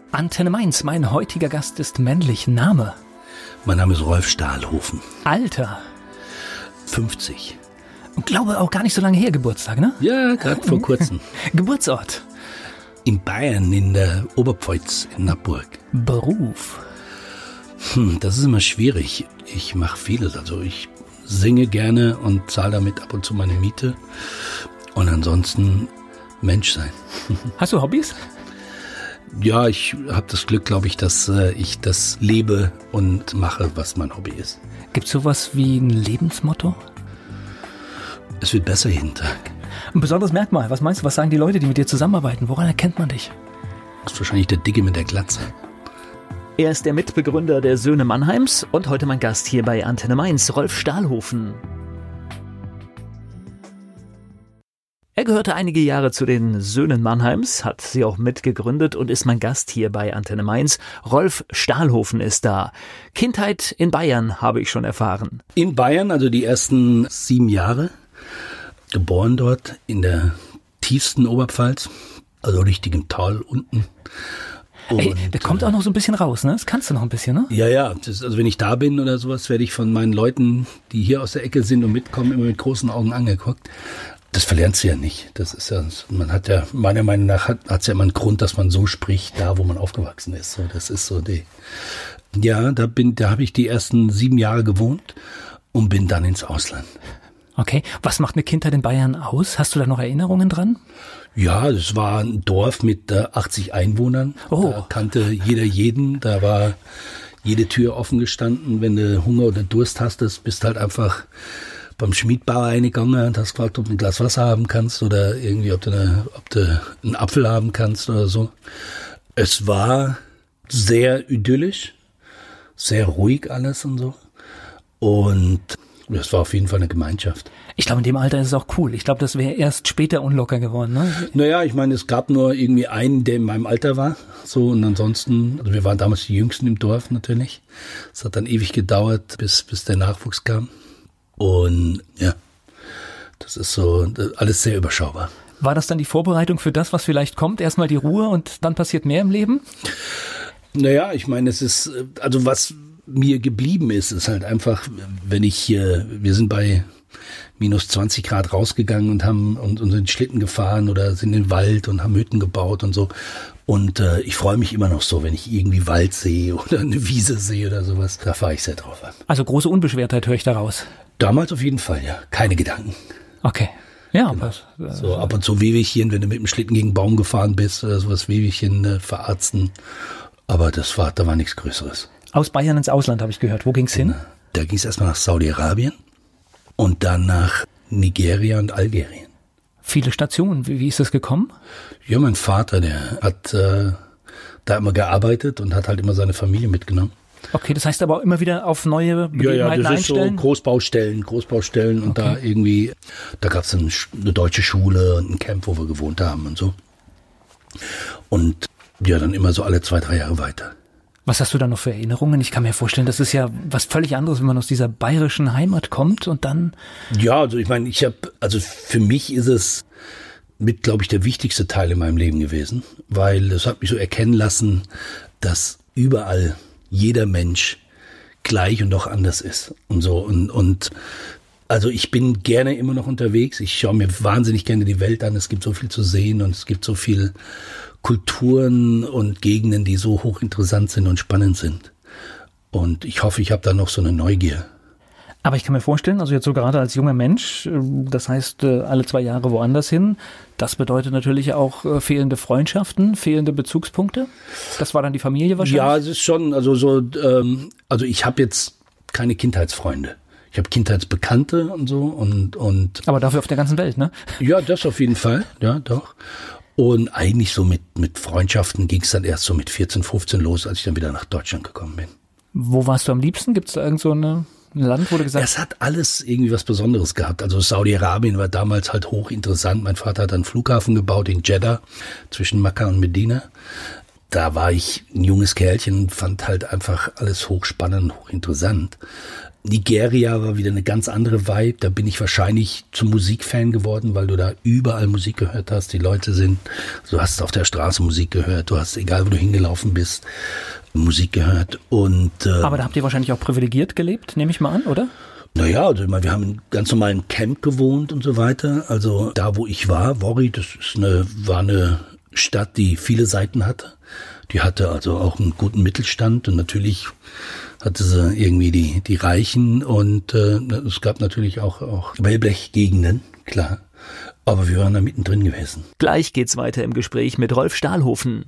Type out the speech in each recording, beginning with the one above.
Antenne Mainz, mein heutiger Gast ist männlich. Name? Mein Name ist Rolf Stahlhofen. Alter? 50. Und glaube auch gar nicht so lange her, Geburtstag, ne? Ja, gerade vor kurzem. Geburtsort? In Bayern, in der Oberpfalz, in Nappburg. Beruf? Das ist immer schwierig. Ich mache vieles. Also ich singe gerne und zahle damit ab und zu meine Miete. Und ansonsten Mensch sein. Hast du Hobbys? Ja, ich habe das Glück, glaube ich, dass ich das lebe und mache, was mein Hobby ist. Gibt es sowas wie ein Lebensmotto? Es wird besser jeden Tag. Ein besonderes Merkmal. Was meinst du, was sagen die Leute, die mit dir zusammenarbeiten? Woran erkennt man dich? Das ist wahrscheinlich der Dicke mit der Glatze. Er ist der Mitbegründer der Söhne Mannheims und heute mein Gast hier bei Antenne Mainz, Rolf Stahlhofen. Er gehörte einige Jahre zu den Söhnen Mannheims, hat sie auch mitgegründet und ist mein Gast hier bei Antenne Mainz. Rolf Stahlhofen ist da. Kindheit in Bayern habe ich schon erfahren. In Bayern, also die ersten 7 Jahre. Geboren dort in der tiefsten Oberpfalz, also richtig im Tal unten. Ey, der kommt auch noch so ein bisschen raus, ne? Das kannst du noch ein bisschen, ne? Ja, also wenn ich da bin oder sowas, werde ich von meinen Leuten, die hier aus der Ecke sind und mitkommen, immer mit großen Augen angeguckt. Das verlernst du ja nicht. Das ist ja, man hat ja, meiner Meinung nach hat es ja immer einen Grund, dass man so spricht, da wo man aufgewachsen ist. So, das ist so ja, da habe ich die ersten 7 Jahre gewohnt und bin dann ins Ausland. Okay. Was macht eine Kindheit in Bayern aus? Hast du da noch Erinnerungen dran? Ja, das war ein Dorf mit 80 Einwohnern. Oh. Da kannte jeder jeden. Da war jede Tür offen gestanden. Wenn du Hunger oder Durst hast, bist halt einfach beim Schmiedbauer reingegangen und hast gefragt, ob du ein Glas Wasser haben kannst oder irgendwie, ob du einen Apfel haben kannst oder so. Es war sehr idyllisch, sehr ruhig alles und so. Und es war auf jeden Fall eine Gemeinschaft. Ich glaube, in dem Alter ist es auch cool. Ich glaube, das wäre erst später unlocker geworden, ne? Naja, ich meine, es gab nur irgendwie einen, der in meinem Alter war. So, und ansonsten, also wir waren damals die Jüngsten im Dorf natürlich. Es hat dann ewig gedauert, bis der Nachwuchs kam. Und ja, das ist so alles sehr überschaubar. War das dann die Vorbereitung für das, was vielleicht kommt? Erstmal die Ruhe und dann passiert mehr im Leben? Naja, ich meine, es ist, also was mir geblieben ist halt einfach, wenn wir sind bei minus 20 Grad rausgegangen und haben und sind Schlitten gefahren oder sind in den Wald und haben Hütten gebaut und so. Und ich freue mich immer noch so, wenn ich irgendwie Wald sehe oder eine Wiese sehe oder sowas. Da fahre ich sehr drauf an. Also große Unbeschwertheit höre ich daraus. Damals auf jeden Fall, ja. Keine Gedanken. Okay. Ja, genau. Aber so ab und zu Wehwehchen, wenn du mit dem Schlitten gegen einen Baum gefahren bist oder sowas, Wehwehchen verarzten. Aber da war nichts Größeres. Aus Bayern ins Ausland habe ich gehört. Wo ging's hin? Da ging es erstmal nach Saudi-Arabien und dann nach Nigeria und Algerien. Viele Stationen. Wie ist das gekommen? Ja, mein Vater, der hat da immer gearbeitet und hat halt immer seine Familie mitgenommen. Okay, das heißt aber auch immer wieder auf neue Begebenheiten das ist einstellen? So Großbaustellen und okay. Da gab es eine deutsche Schule und ein Camp, wo wir gewohnt haben und so. Und ja, dann immer so alle 2-3 Jahre weiter. Was hast du da noch für Erinnerungen? Ich kann mir vorstellen, das ist ja was völlig anderes, wenn man aus dieser bayerischen Heimat kommt und dann... Ja, also ich meine, für mich ist es mit, glaube ich, der wichtigste Teil in meinem Leben gewesen, weil es hat mich so erkennen lassen, dass überall jeder Mensch gleich und doch anders ist und so. Und also ich bin gerne immer noch unterwegs. Ich schaue mir wahnsinnig gerne die Welt an. Es gibt so viel zu sehen und es gibt so viel Kulturen und Gegenden, die so hochinteressant sind und spannend sind. Und ich hoffe, ich habe da noch so eine Neugier. Aber ich kann mir vorstellen, also jetzt so gerade als junger Mensch, das heißt alle 2 Jahre woanders hin, das bedeutet natürlich auch fehlende Freundschaften, fehlende Bezugspunkte. Das war dann die Familie wahrscheinlich? Ja, es ist schon, also ich habe jetzt keine Kindheitsfreunde. Ich habe Kindheitsbekannte und so und. Aber dafür auf der ganzen Welt, ne? Ja, das auf jeden Fall, ja, doch. Und eigentlich so mit Freundschaften ging es dann erst so mit 14, 15 los, als ich dann wieder nach Deutschland gekommen bin. Wo warst du am liebsten? Gibt es da irgend so ein Land, wo du gesagt hast? Es hat alles irgendwie was Besonderes gehabt. Also Saudi-Arabien war damals halt hochinteressant. Mein Vater hat einen Flughafen gebaut in Jeddah zwischen Mekka und Medina. Da war ich ein junges Kerlchen und fand halt einfach alles hochspannend, hochinteressant. Nigeria war wieder eine ganz andere Vibe. Da bin ich wahrscheinlich zum Musikfan geworden, weil du da überall Musik gehört hast. Die Leute du hast auf der Straße Musik gehört. Du hast, egal wo du hingelaufen bist, Musik gehört. Aber da habt ihr wahrscheinlich auch privilegiert gelebt, nehme ich mal an, oder? Naja, also wir haben in ganz normalen Camp gewohnt und so weiter. Also da, wo ich war, Warri, war eine Stadt, die viele Seiten hatte. Die hatte also auch einen guten Mittelstand und natürlich hatte sie irgendwie die Reichen und es gab natürlich auch Wellblechgegenden, klar. Aber wir waren da mittendrin gewesen. Gleich geht's weiter im Gespräch mit Rolf Stahlhofen.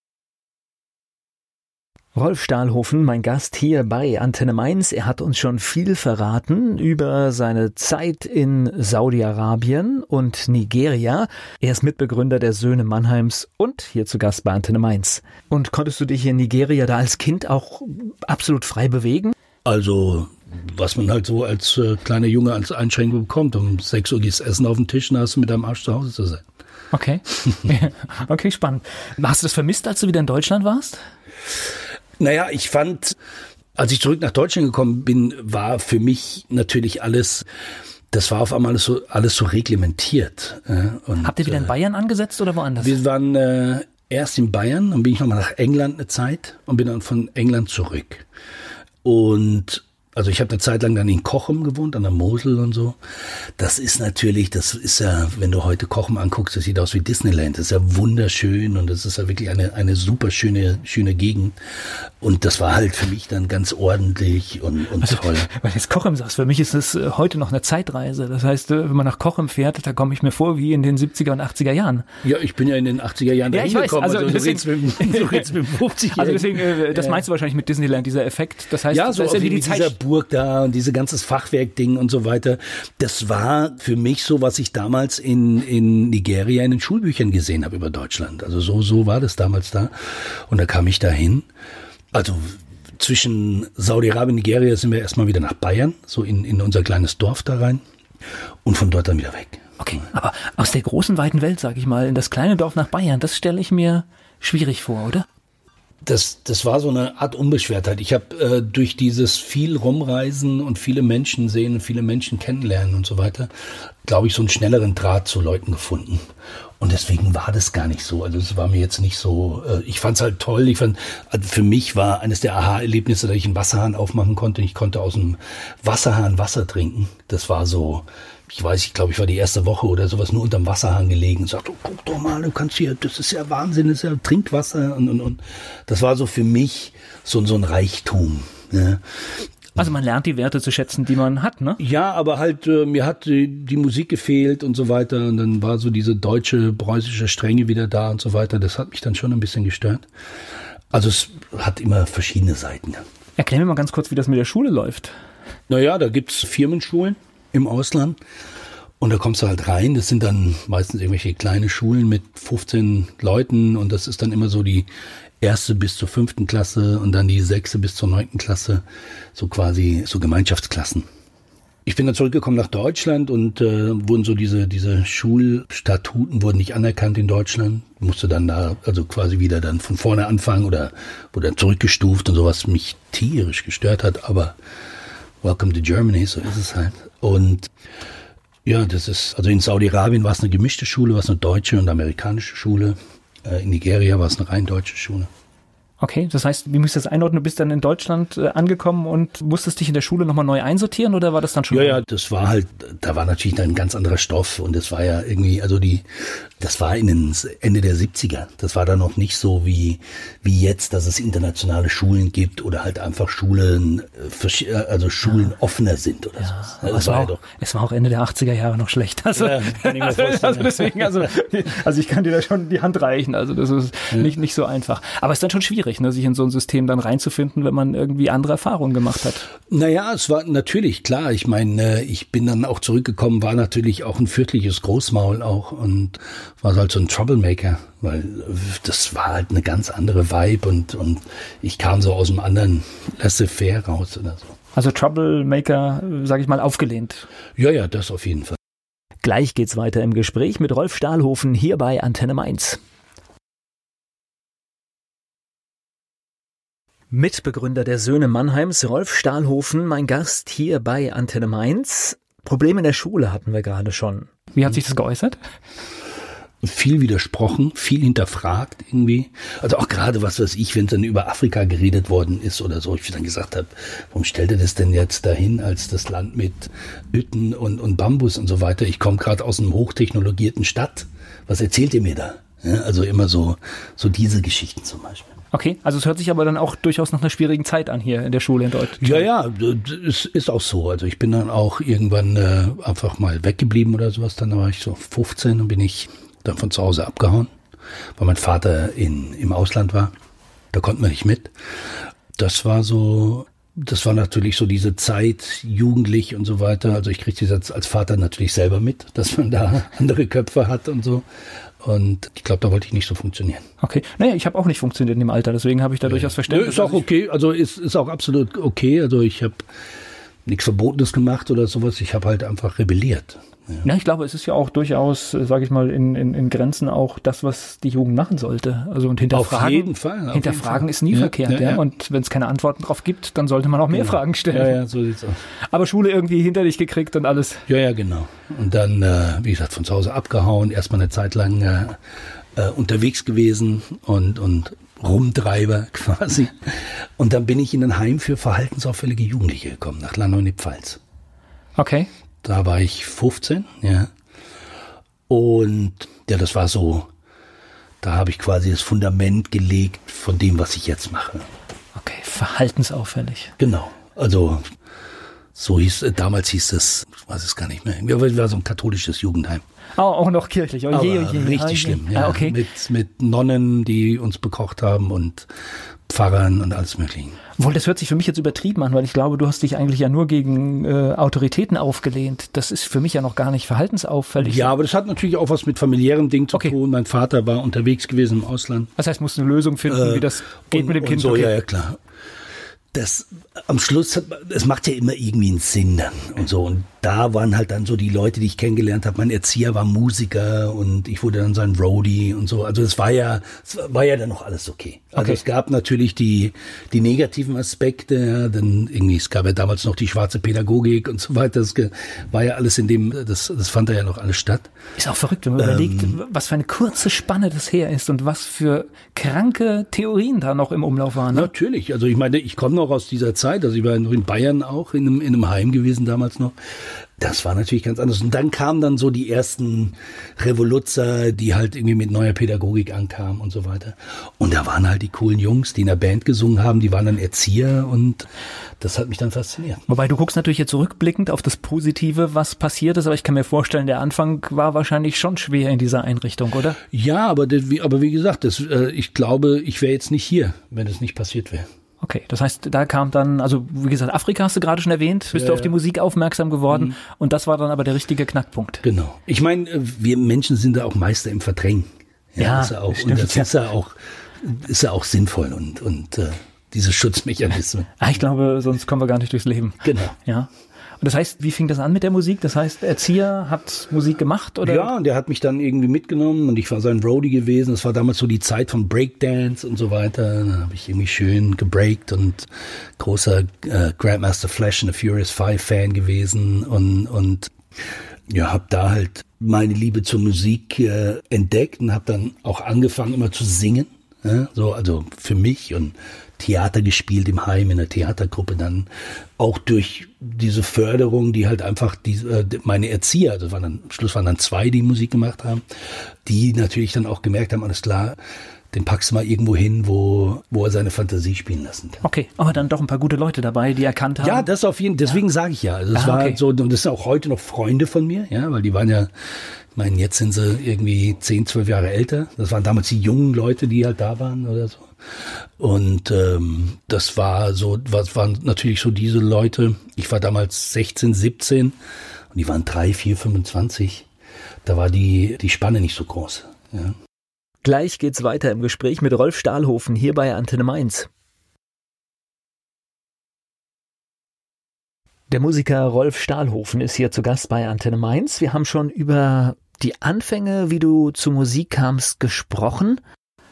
Rolf Stahlhofen, mein Gast hier bei Antenne Mainz. Er hat uns schon viel verraten über seine Zeit in Saudi-Arabien und Nigeria. Er ist Mitbegründer der Söhne Mannheims und hier zu Gast bei Antenne Mainz. Und konntest du dich in Nigeria da als Kind auch absolut frei bewegen? Also, was man halt so als kleiner Junge als Einschränkung bekommt. Um 6 Uhr gehst Essen auf den Tisch und hast du mit deinem Arsch zu Hause zu sein. Okay. Okay, spannend. Hast du das vermisst, als du wieder in Deutschland warst? Naja, ich fand, als ich zurück nach Deutschland gekommen bin, war für mich natürlich das war auf einmal alles so reglementiert. Und, habt ihr wieder in Bayern angesetzt oder woanders? Wir waren erst in Bayern, dann bin ich nochmal nach England eine Zeit und bin dann von England zurück. Und also ich habe eine Zeit lang dann in Cochem gewohnt, an der Mosel und so. Das ist ja, wenn du heute Cochem anguckst, das sieht aus wie Disneyland. Das ist ja wunderschön und das ist ja wirklich eine super schöne Gegend. Und das war halt für mich dann ganz ordentlich und toll. Weil jetzt Cochem sagst, für mich ist es heute noch eine Zeitreise. Das heißt, wenn man nach Cochem fährt, da komme ich mir vor wie in den 70er und 80er Jahren. Ja, ich bin ja in den 80er Jahren da hingekommen. Also deswegen, du redest mit 50 Also deswegen, das meinst du wahrscheinlich mit Disneyland, dieser Effekt. Das heißt, ja, so das ist ja wie die dieser Burg da und diese ganzes Fachwerkding und so weiter. Das war für mich so, was ich damals in Nigeria in den Schulbüchern gesehen habe über Deutschland. Also so war das damals da. Und da kam ich da hin. Also zwischen Saudi-Arabien und Nigeria sind wir erstmal wieder nach Bayern, so in unser kleines Dorf da rein. Und von dort dann wieder weg. Okay, aber aus der großen, weiten Welt, sag ich mal, in das kleine Dorf nach Bayern, das stelle ich mir schwierig vor, oder? Das war so eine Art Unbeschwertheit. Ich habe durch dieses viel Rumreisen und viele Menschen sehen und viele Menschen kennenlernen und so weiter, glaube ich, so einen schnelleren Draht zu Leuten gefunden. Und deswegen war das gar nicht so. Also es war mir jetzt nicht so, ich fand es halt toll. Für mich war eines der Aha-Erlebnisse, dass ich einen Wasserhahn aufmachen konnte. Ich konnte aus dem Wasserhahn Wasser trinken. Das war so, ich glaube, ich war die erste Woche oder sowas nur unterm Wasserhahn gelegen und sagte, oh, guck doch mal, du kannst hier, das ist ja Wahnsinn, das ist ja Trinkwasser und das war so für mich so ein Reichtum. Ja. Also man lernt die Werte zu schätzen, die man hat, ne? Ja, aber halt, mir hat die Musik gefehlt und so weiter und dann war so diese deutsche, preußische Strenge wieder da und so weiter. Das hat mich dann schon ein bisschen gestört. Also es hat immer verschiedene Seiten. Erklär mir mal ganz kurz, wie das mit der Schule läuft. Naja, da gibt's Firmenschulen im Ausland und da kommst du halt rein. Das sind dann meistens irgendwelche kleine Schulen mit 15 Leuten und das ist dann immer so die 1. bis zur 5. Klasse und dann die 6. bis zur 9. Klasse, so quasi so Gemeinschaftsklassen. Ich bin dann zurückgekommen nach Deutschland und wurden so diese Schulstatuten wurden nicht anerkannt in Deutschland. Musste dann da also quasi wieder dann von vorne anfangen oder wurde dann zurückgestuft und sowas mich tierisch gestört hat, aber Welcome to Germany, so ist es halt. Und ja, das ist, also in Saudi-Arabien war es eine gemischte Schule, war es eine deutsche und amerikanische Schule. In Nigeria war es eine rein deutsche Schule. Okay, das heißt, wie musst du das einordnen? Du bist dann in Deutschland angekommen und musstest dich in der Schule nochmal neu einsortieren oder war das dann schon? Ja, das war halt, da war natürlich dann ein ganz anderer Stoff und das war ja irgendwie, das war in den Ende der 70er. Das war dann noch nicht so wie jetzt, dass es internationale Schulen gibt oder halt einfach Schulen offener sind oder sowas. Aber es war auch Ende der 80er Jahre noch schlecht. Also, ja, kann ich mir vorstellen. Also deswegen, also ich kann dir da schon die Hand reichen. Also das ist nicht so einfach. Aber es ist dann schon schwierig, ne, sich in so ein System dann reinzufinden, wenn man irgendwie andere Erfahrungen gemacht hat. Naja, es war natürlich klar. Ich meine, ich bin dann auch zurückgekommen, war natürlich auch ein fürchtliches Großmaul auch und war halt so ein Troublemaker, weil das war halt eine ganz andere Vibe und ich kam so aus einem anderen Laissez-faire raus oder so. Also Troublemaker, sage ich mal, aufgelehnt. Ja, das auf jeden Fall. Gleich geht's weiter im Gespräch mit Rolf Stahlhofen hier bei Antenne Mainz. Mitbegründer der Söhne Mannheims, Rolf Stahlhofen, mein Gast hier bei Antenne Mainz. Probleme in der Schule hatten wir gerade schon. Wie hat sich das geäußert? Viel widersprochen, viel hinterfragt irgendwie. Also auch gerade, was weiß ich, wenn dann über Afrika geredet worden ist oder so, ich dann gesagt habe, warum stellt ihr das denn jetzt dahin als das Land mit Hütten und Bambus und so weiter? Ich komme gerade aus einem hochtechnologierten Stadt. Was erzählt ihr mir da? Ja, also immer so diese Geschichten zum Beispiel. Okay, also es hört sich aber dann auch durchaus nach einer schwierigen Zeit an hier in der Schule in Deutschland. Ja, es ist auch so. Also ich bin dann auch irgendwann einfach mal weggeblieben oder sowas. Dann war ich so 15 und bin ich dann von zu Hause abgehauen, weil mein Vater im Ausland war. Da konnten wir nicht mit. Das war natürlich so diese Zeit, jugendlich und so weiter. Also ich kriege das als Vater natürlich selber mit, dass man da andere Köpfe hat und so. Und ich glaube, da wollte ich nicht so funktionieren. Okay. Naja, ich habe auch nicht funktioniert in dem Alter, deswegen habe ich da durchaus Verständnis. Ist auch okay, also ist auch absolut okay. Also ich habe nichts Verbotenes gemacht oder sowas. Ich habe halt einfach rebelliert. Ja, ich glaube, es ist ja auch durchaus, sage ich mal, in Grenzen auch das, was die Jugend machen sollte. Also und hinterfragen. Auf jeden Fall. Hinterfragen ist nie verkehrt. Ja. Und wenn es keine Antworten drauf gibt, dann sollte man auch mehr Fragen stellen. Ja, so sieht's aus. Aber Schule irgendwie hinter dich gekriegt und alles. Ja, genau. Und dann, wie gesagt, von zu Hause abgehauen, erstmal eine Zeit lang unterwegs gewesen und Rumtreiber quasi. Und dann bin ich in ein Heim für verhaltensauffällige Jugendliche gekommen, nach Landau in die Pfalz. Okay. Da war ich 15, ja. Und ja, das war so, da habe ich quasi das Fundament gelegt von dem, was ich jetzt mache. Okay, verhaltensauffällig. Genau, also damals hieß es, ich weiß es gar nicht mehr, es war so ein katholisches Jugendheim. Oh, auch noch kirchlich. Oh je. Richtig schlimm, ja. Okay. Mit Nonnen, die uns bekocht haben und Pfarrern und alles Mögliche. Obwohl, das hört sich für mich jetzt übertrieben an, weil ich glaube, du hast dich eigentlich ja nur gegen Autoritäten aufgelehnt. Das ist für mich ja noch gar nicht verhaltensauffällig. Ja, aber das hat natürlich auch was mit familiären Dingen zu tun. Mein Vater war unterwegs gewesen im Ausland. Das heißt, musst du eine Lösung finden, wie das geht mit dem Kind. So, okay. Ja, klar. Das am Schluss, es macht ja immer irgendwie einen Sinn dann und so. Und da waren halt dann so die Leute, die ich kennengelernt habe. Mein Erzieher war Musiker und ich wurde dann sein Roadie und so. Also es war ja dann noch alles okay. Also es gab natürlich die negativen Aspekte, ja, denn irgendwie, es gab ja damals noch die schwarze Pädagogik und so weiter. Das war ja alles das fand da ja noch alles statt. Ist auch verrückt, wenn man überlegt, was für eine kurze Spanne das her ist und was für kranke Theorien da noch im Umlauf waren. Ne? Natürlich, also ich meine, ich komme noch aus dieser Zeit, also ich war noch in Bayern auch, in einem Heim gewesen damals noch. Das war natürlich ganz anders. Und dann kamen dann so die ersten Revoluzzer, die halt irgendwie mit neuer Pädagogik ankamen und so weiter. Und da waren halt die coolen Jungs, die in der Band gesungen haben, die waren dann Erzieher und das hat mich dann fasziniert. Wobei du guckst natürlich jetzt rückblickend auf das Positive, was passiert ist, aber ich kann mir vorstellen, der Anfang war wahrscheinlich schon schwer in dieser Einrichtung, oder? Ja, aber wie gesagt, ich glaube, ich wäre jetzt nicht hier, wenn es nicht passiert wäre. Okay, das heißt, da kam dann, also wie gesagt, Afrika hast du gerade schon erwähnt, bist du auf die Musik aufmerksam geworden und das war dann aber der richtige Knackpunkt. Genau. Ich meine, wir Menschen sind da auch Meister im Verdrängen. Ja, ist ja auch, stimmt, und das ist ja auch sinnvoll und diese Schutzmechanismen. Ich glaube, sonst kommen wir gar nicht durchs Leben. Genau. Ja. Und das heißt, wie fing das an mit der Musik? Das heißt, Erzieher hat Musik gemacht, oder? Ja, und der hat mich dann irgendwie mitgenommen und ich war sein Roadie gewesen. Das war damals so die Zeit von Breakdance und so weiter. Da habe ich irgendwie schön gebreakt und großer Grandmaster Flash and the Furious 5 Fan gewesen und ja, habe da halt meine Liebe zur Musik entdeckt und habe dann auch angefangen immer zu singen. Ja, so, also für mich und Theater gespielt im Heim, in der Theatergruppe dann auch durch diese Förderung, die halt einfach meine Erzieher, also am Schluss waren dann 2, die Musik gemacht haben, die natürlich dann auch gemerkt haben, alles klar, den packst du mal irgendwo hin, wo er seine Fantasie spielen lassen kann. Okay, aber dann doch ein paar gute Leute dabei, die erkannt haben. Ja, das auf jeden Fall, deswegen sage ich ja. Also es war halt so, und das sind auch heute noch Freunde von mir, ja, weil die waren ja, ich meine, jetzt sind sie irgendwie 10, 12 Jahre älter. Das waren damals die jungen Leute, die halt da waren oder so. Und das waren natürlich so diese Leute, ich war damals 16, 17 und die waren 3, 4, 25. Da war die Spanne nicht so groß. Ja. Gleich geht's weiter im Gespräch mit Rolf Stahlhofen hier bei Antenne Mainz. Der Musiker Rolf Stahlhofen ist hier zu Gast bei Antenne Mainz. Wir haben schon über die Anfänge, wie du zur Musik kamst, gesprochen.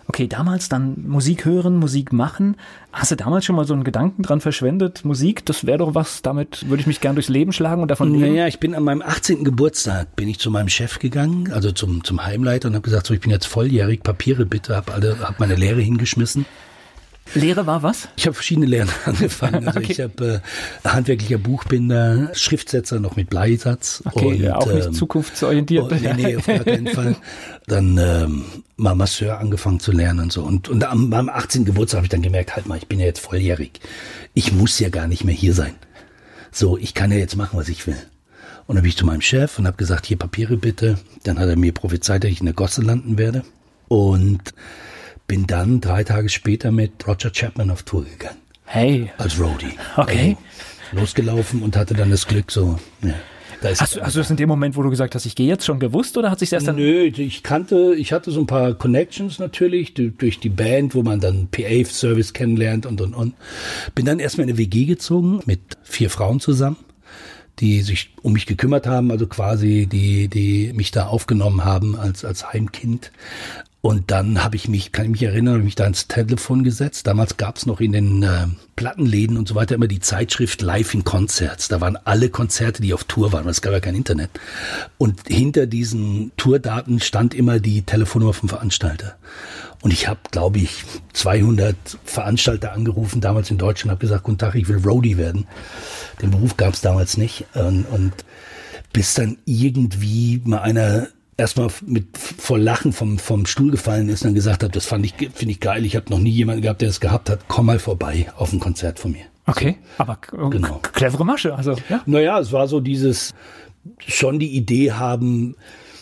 Okay, damals dann Musik hören, Musik machen. Hast du damals schon mal so einen Gedanken dran verschwendet? Musik, das wäre doch was, damit würde ich mich gern durchs Leben schlagen und davon leben? Naja, ich bin an meinem 18. Geburtstag, bin ich zu meinem Chef gegangen, also zum Heimleiter und habe gesagt, so, ich bin jetzt volljährig, Papiere bitte, hab meine Lehre hingeschmissen. Lehre war was? Ich habe verschiedene Lehren angefangen. Also okay. Ich habe handwerklicher Buchbinder, Schriftsetzer noch mit Bleisatz. Okay, und, auch nicht zukunftsorientiert. Nee, auf gar keinen Fall. Dann mal Masseur angefangen zu lernen und so. Und am 18. Geburtstag habe ich dann gemerkt, halt mal, ich bin ja jetzt volljährig. Ich muss ja gar nicht mehr hier sein. So, ich kann ja jetzt machen, was ich will. Und dann bin ich zu meinem Chef und habe gesagt, hier Papiere bitte. Dann hat er mir prophezeit, dass ich in der Gosse landen werde. Und bin dann 3 Tage später mit Roger Chapman auf Tour gegangen. Hey. Als Roadie. Okay. Losgelaufen und hatte dann das Glück so, ja. Hast du das in dem Moment, wo du gesagt hast, ich gehe jetzt schon gewusst oder hat sich erst dann... Nö, ich hatte so ein paar Connections natürlich durch die Band, wo man dann PA-Service kennenlernt und. Bin dann erstmal in eine WG gezogen mit 4 Frauen zusammen, die sich um mich gekümmert haben, also quasi die mich da aufgenommen haben als Heimkind. Und dann kann ich mich erinnern, habe mich da ins Telefon gesetzt. Damals gab es noch in den Plattenläden und so weiter immer die Zeitschrift Live in Concerts. Da waren alle Konzerte, die auf Tour waren, weil es gab ja kein Internet. Und hinter diesen Tourdaten stand immer die Telefonnummer vom Veranstalter. Und ich habe, glaube ich, 200 Veranstalter angerufen, damals in Deutschland, habe gesagt, guten Tag, ich will Roadie werden. Den Beruf gab es damals nicht. Und bis dann irgendwie mal einer erstmal vor Lachen vom Stuhl gefallen ist und dann gesagt hat, das finde ich geil, ich habe noch nie jemanden gehabt, der das gehabt hat, komm mal vorbei auf ein Konzert von mir. Okay, so. Aber genau. Clevere Masche, also ja. Naja, es war so dieses, schon die Idee haben,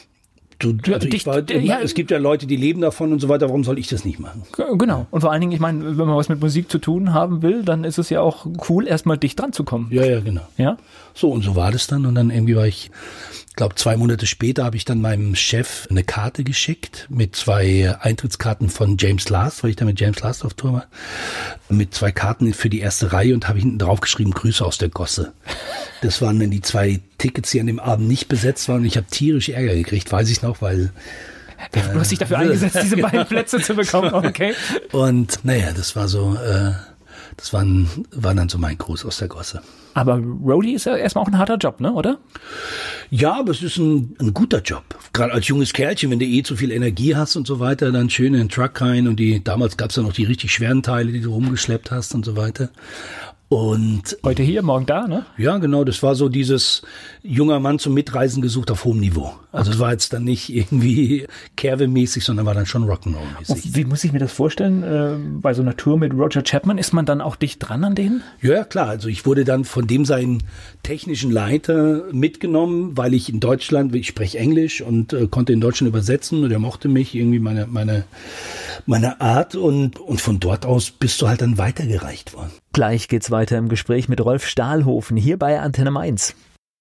es gibt ja Leute, die leben davon und so weiter, warum soll ich das nicht machen? Genau, und vor allen Dingen, ich meine, wenn man was mit Musik zu tun haben will, dann ist es ja auch cool, erstmal dicht dran zu kommen. Ja, genau. Ja? So, und so war das dann und dann irgendwie war ich glaube 2 Monate später habe ich dann meinem Chef eine Karte geschickt mit 2 Eintrittskarten von James Last, weil ich da mit James Last auf Tour war, mit 2 Karten für die erste Reihe und habe hinten drauf geschrieben, Grüße aus der Gosse. Das waren dann die 2 Tickets, die an dem Abend nicht besetzt waren und ich habe tierisch Ärger gekriegt, weiß ich noch, weil du hast dich dafür eingesetzt, diese beiden Plätze zu bekommen, okay. Und naja, das war so, das war dann so mein Gruß aus der Gosse. Aber Roadie ist ja erstmal auch ein harter Job, ne, oder? Ja, aber es ist ein guter Job. Gerade als junges Kerlchen, wenn du zu viel Energie hast und so weiter, dann schön in den Truck rein und damals gab es ja noch die richtig schweren Teile, die du rumgeschleppt hast und so weiter. Und heute hier, morgen da, ne? Ja, genau. Das war so dieses junger Mann zum Mitreisen gesucht auf hohem Niveau. Also es war jetzt dann nicht irgendwie Kerwe-mäßig, sondern war dann schon Rock'n'Roll-mäßig. Wie muss ich mir das vorstellen? Bei so einer Tour mit Roger Chapman, ist man dann auch dicht dran an denen? Ja, klar. Also ich wurde dann von dem seinen technischen Leiter mitgenommen, weil ich in Deutschland, ich spreche Englisch und konnte in Deutschland übersetzen und er mochte mich, irgendwie meine Art und von dort aus bist du halt dann weitergereicht worden. Gleich geht's weiter im Gespräch mit Rolf Stahlhofen hier bei Antenne Mainz.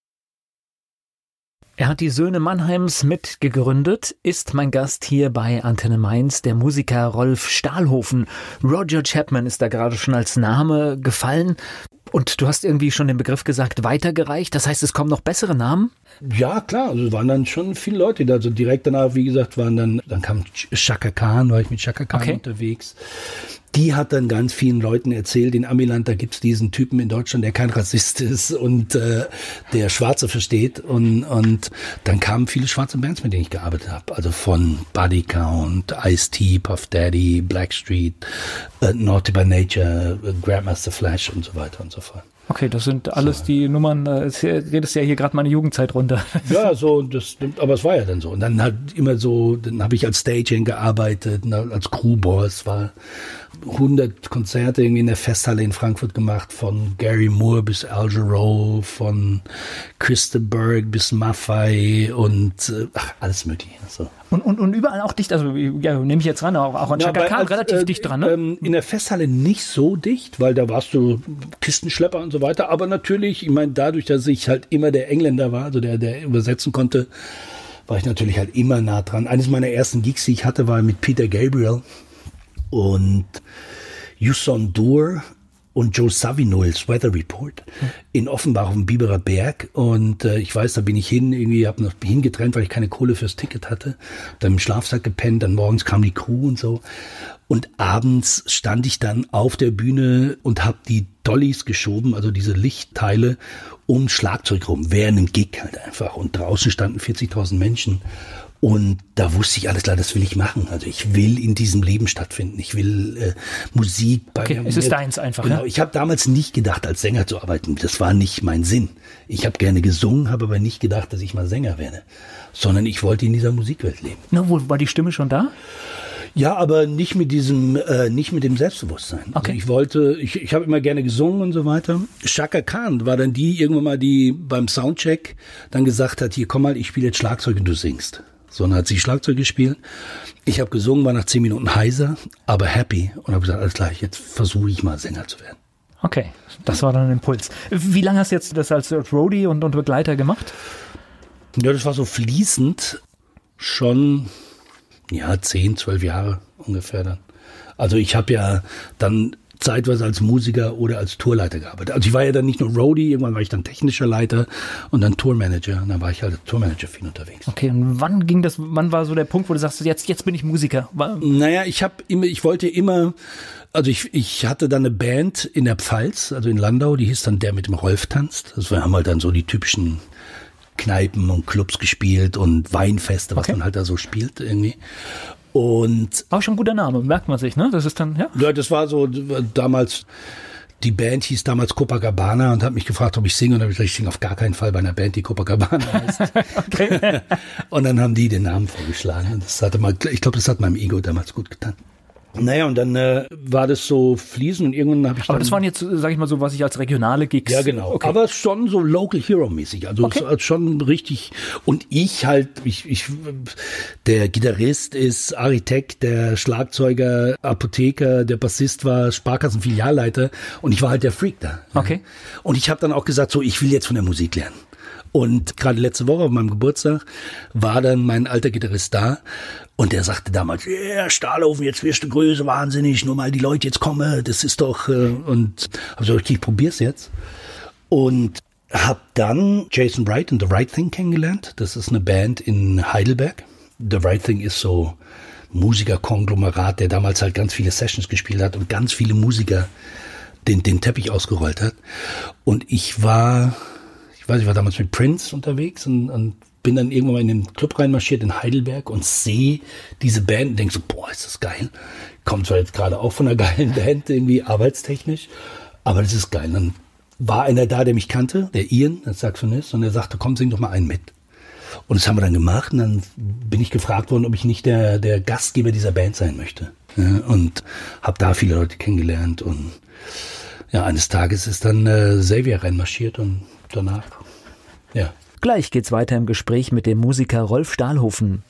Er hat die Söhne Mannheims mitgegründet, ist mein Gast hier bei Antenne Mainz, der Musiker Rolf Stahlhofen. Roger Chapman ist da gerade schon als Name gefallen. Und du hast irgendwie schon den Begriff gesagt, weitergereicht. Das heißt, es kommen noch bessere Namen? Ja, klar. Also waren dann schon viele Leute da. Also direkt danach, wie gesagt, dann kam Chaka Khan, war ich mit Chaka Khan unterwegs. Die hat dann ganz vielen Leuten erzählt, in Amiland, da gibt's diesen Typen in Deutschland, der kein Rassist ist und der Schwarze versteht. Und dann kamen viele schwarze Bands, mit denen ich gearbeitet habe. Also von Body Count, Ice-T, Puff Daddy, Blackstreet, Naughty by Nature, Grandmaster Flash und so weiter und so fort. Okay, das sind alles die Nummern, redest ja hier gerade meine Jugendzeit runter. Ja, so, aber es war ja dann so. Und dann halt immer so, dann habe ich als Stagehand gearbeitet, als Crewboss, war 100 Konzerte irgendwie in der Festhalle in Frankfurt gemacht, von Gary Moore bis Al Jarreau, von Chris de Burgh bis Maffay und alles mögliche. So. Und überall auch dicht, also ja, nehme ich jetzt ran, auch an Chaka Khan relativ dicht dran, ne? In der Festhalle nicht so dicht, weil da warst du Kistenschlepper und so weiter, aber natürlich, ich meine, dadurch, dass ich halt immer der Engländer war, also der übersetzen konnte, war ich natürlich halt immer nah dran. Eines meiner ersten Gigs, die ich hatte, war mit Peter Gabriel und Youssou N'Dour und Joe Zawinul's Weather Report in Offenbach auf dem Biberer Berg. Und ich weiß, da bin ich hin, irgendwie habe noch hingetrennt, weil ich keine Kohle fürs Ticket hatte. Dann im Schlafsack gepennt, dann morgens kam die Crew und so. Und abends stand ich dann auf der Bühne und habe die Dollys geschoben, also diese Lichtteile, um Schlagzeug rum, während einem Gig halt einfach. Und draußen standen 40.000 Menschen. Und da wusste ich, alles klar, das will ich machen. Also ich will in diesem Leben stattfinden. Ich will Musik bei mir. Es ist deins einfach. Genau. Ja? Ich habe damals nicht gedacht, als Sänger zu arbeiten. Das war nicht mein Sinn. Ich habe gerne gesungen, habe aber nicht gedacht, dass ich mal Sänger werde. Sondern ich wollte in dieser Musikwelt leben. Na, wo war die Stimme schon da? Ja, aber nicht mit diesem, nicht mit dem Selbstbewusstsein. Okay. Also ich habe immer gerne gesungen und so weiter. Chaka Khan war dann irgendwann mal die beim Soundcheck dann gesagt hat, hier komm mal, ich spiele jetzt Schlagzeug und du singst. So, dann hat sie Schlagzeug gespielt. Ich habe gesungen, war nach 10 Minuten heiser, aber happy und habe gesagt, alles klar, jetzt versuche ich mal Sänger zu werden. Okay, das war dann ein Impuls. Wie lange hast du jetzt das als Roadie und Begleiter gemacht? Ja, das war so fließend schon, 10, 12 Jahre ungefähr dann. Also ich habe ja dann zeitweise als Musiker oder als Tourleiter gearbeitet. Also ich war ja dann nicht nur Roadie, irgendwann war ich dann technischer Leiter und dann Tourmanager. Und dann war ich halt als Tourmanager viel unterwegs. Okay, und wann war so der Punkt, wo du sagst, jetzt bin ich Musiker? Naja, ich wollte immer, also ich hatte dann eine Band in der Pfalz, also in Landau, die hieß dann Der mit dem Rolf tanzt. Also wir haben halt dann so die typischen Kneipen und Clubs gespielt und Weinfeste, was man halt da so spielt irgendwie. Und auch schon ein guter Name, merkt man sich, ne? Das ist dann, ja? Ja, das war so damals, die Band hieß damals Copacabana und hat mich gefragt, ob ich singe. Und dann habe ich gesagt, ich singe auf gar keinen Fall bei einer Band, die Copacabana heißt. Okay. Und dann haben die den Namen vorgeschlagen. Und ich glaube, das hat meinem Ego damals gut getan. Naja, und dann war das so fließend und irgendwann habe ich Aber das waren jetzt, sag ich mal so, was ich als regionale Gigs... Ja, genau. Okay. Aber schon so Local Hero-mäßig. Also okay. Es schon richtig. Und der Gitarrist ist Architekt, der Schlagzeuger, Apotheker, der Bassist war Sparkassenfilialleiter und ich war halt der Freak da. Okay. Und ich habe dann auch gesagt, so, ich will jetzt von der Musik lernen. Und gerade letzte Woche auf meinem Geburtstag war dann mein alter Gitarrist da und der sagte damals, ja, Stahlhofen, jetzt wirst du Größe, wahnsinnig, nur mal die Leute jetzt kommen, das ist doch, und hab so, ich probier's jetzt. Und hab dann Jason Wright und The Right Thing kennengelernt. Das ist eine Band in Heidelberg. The Right Thing ist so Musikerkonglomerat, der damals halt ganz viele Sessions gespielt hat und ganz viele Musiker den Teppich ausgerollt hat. Und ich war damals mit Prince unterwegs und bin dann irgendwann mal in den Club reinmarschiert in Heidelberg und sehe diese Band und denke so, boah, ist das geil. Kommt zwar jetzt gerade auch von einer geilen Band, irgendwie arbeitstechnisch, aber das ist geil. Und dann war einer da, der mich kannte, der Ian, der Saxophonist, und der sagte, komm, sing doch mal einen mit. Und das haben wir dann gemacht und dann bin ich gefragt worden, ob ich nicht der Gastgeber dieser Band sein möchte. Ja, und habe da viele Leute kennengelernt und ja, eines Tages ist dann Xavier reinmarschiert und danach, ja. Gleich geht's weiter im Gespräch mit dem Musiker Rolf Stahlhofen.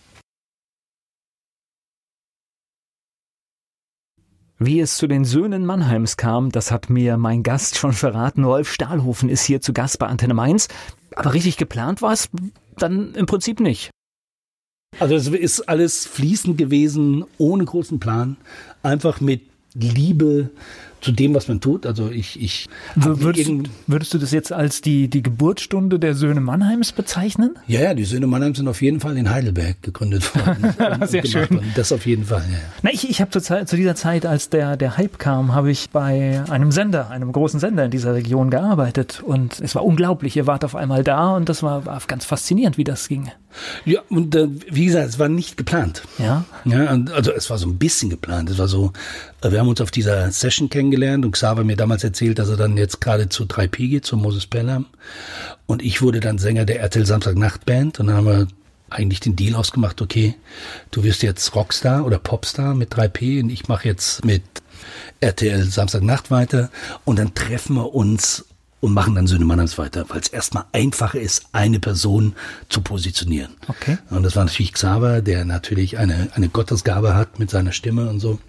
Wie es zu den Söhnen Mannheims kam, das hat mir mein Gast schon verraten. Rolf Stahlhofen ist hier zu Gast bei Antenne Mainz. Aber richtig geplant war es dann im Prinzip nicht. Also es ist alles fließend gewesen, ohne großen Plan. Einfach mit Liebe zu dem, was man tut. Also Würdest du das jetzt als die Geburtsstunde der Söhne Mannheims bezeichnen? Ja, die Söhne Mannheims sind auf jeden Fall in Heidelberg gegründet worden. Sehr schön. Worden. Das auf jeden Fall, ja. Na, ich habe zu dieser Zeit, als der Hype kam, habe ich bei einem großen Sender in dieser Region gearbeitet und es war unglaublich. Ihr wart auf einmal da und das war ganz faszinierend, wie das ging. Ja, und wie gesagt, es war nicht geplant. Ja. Ja, also es war so ein bisschen geplant. Es war so, wir haben uns auf dieser Session kennengelernt und Xaver mir damals erzählt, dass er dann jetzt gerade zu 3P geht, zu Moses Pelham. Und ich wurde dann Sänger der RTL Samstagnacht-Band und dann haben wir eigentlich den Deal ausgemacht, okay, du wirst jetzt Rockstar oder Popstar mit 3P und ich mache jetzt mit RTL Samstagnacht weiter und dann treffen wir uns und machen dann Söhne Mannheims weiter, weil es erstmal einfacher ist, eine Person zu positionieren. Okay. Und das war natürlich Xaver, der natürlich eine Gottesgabe hat mit seiner Stimme und so.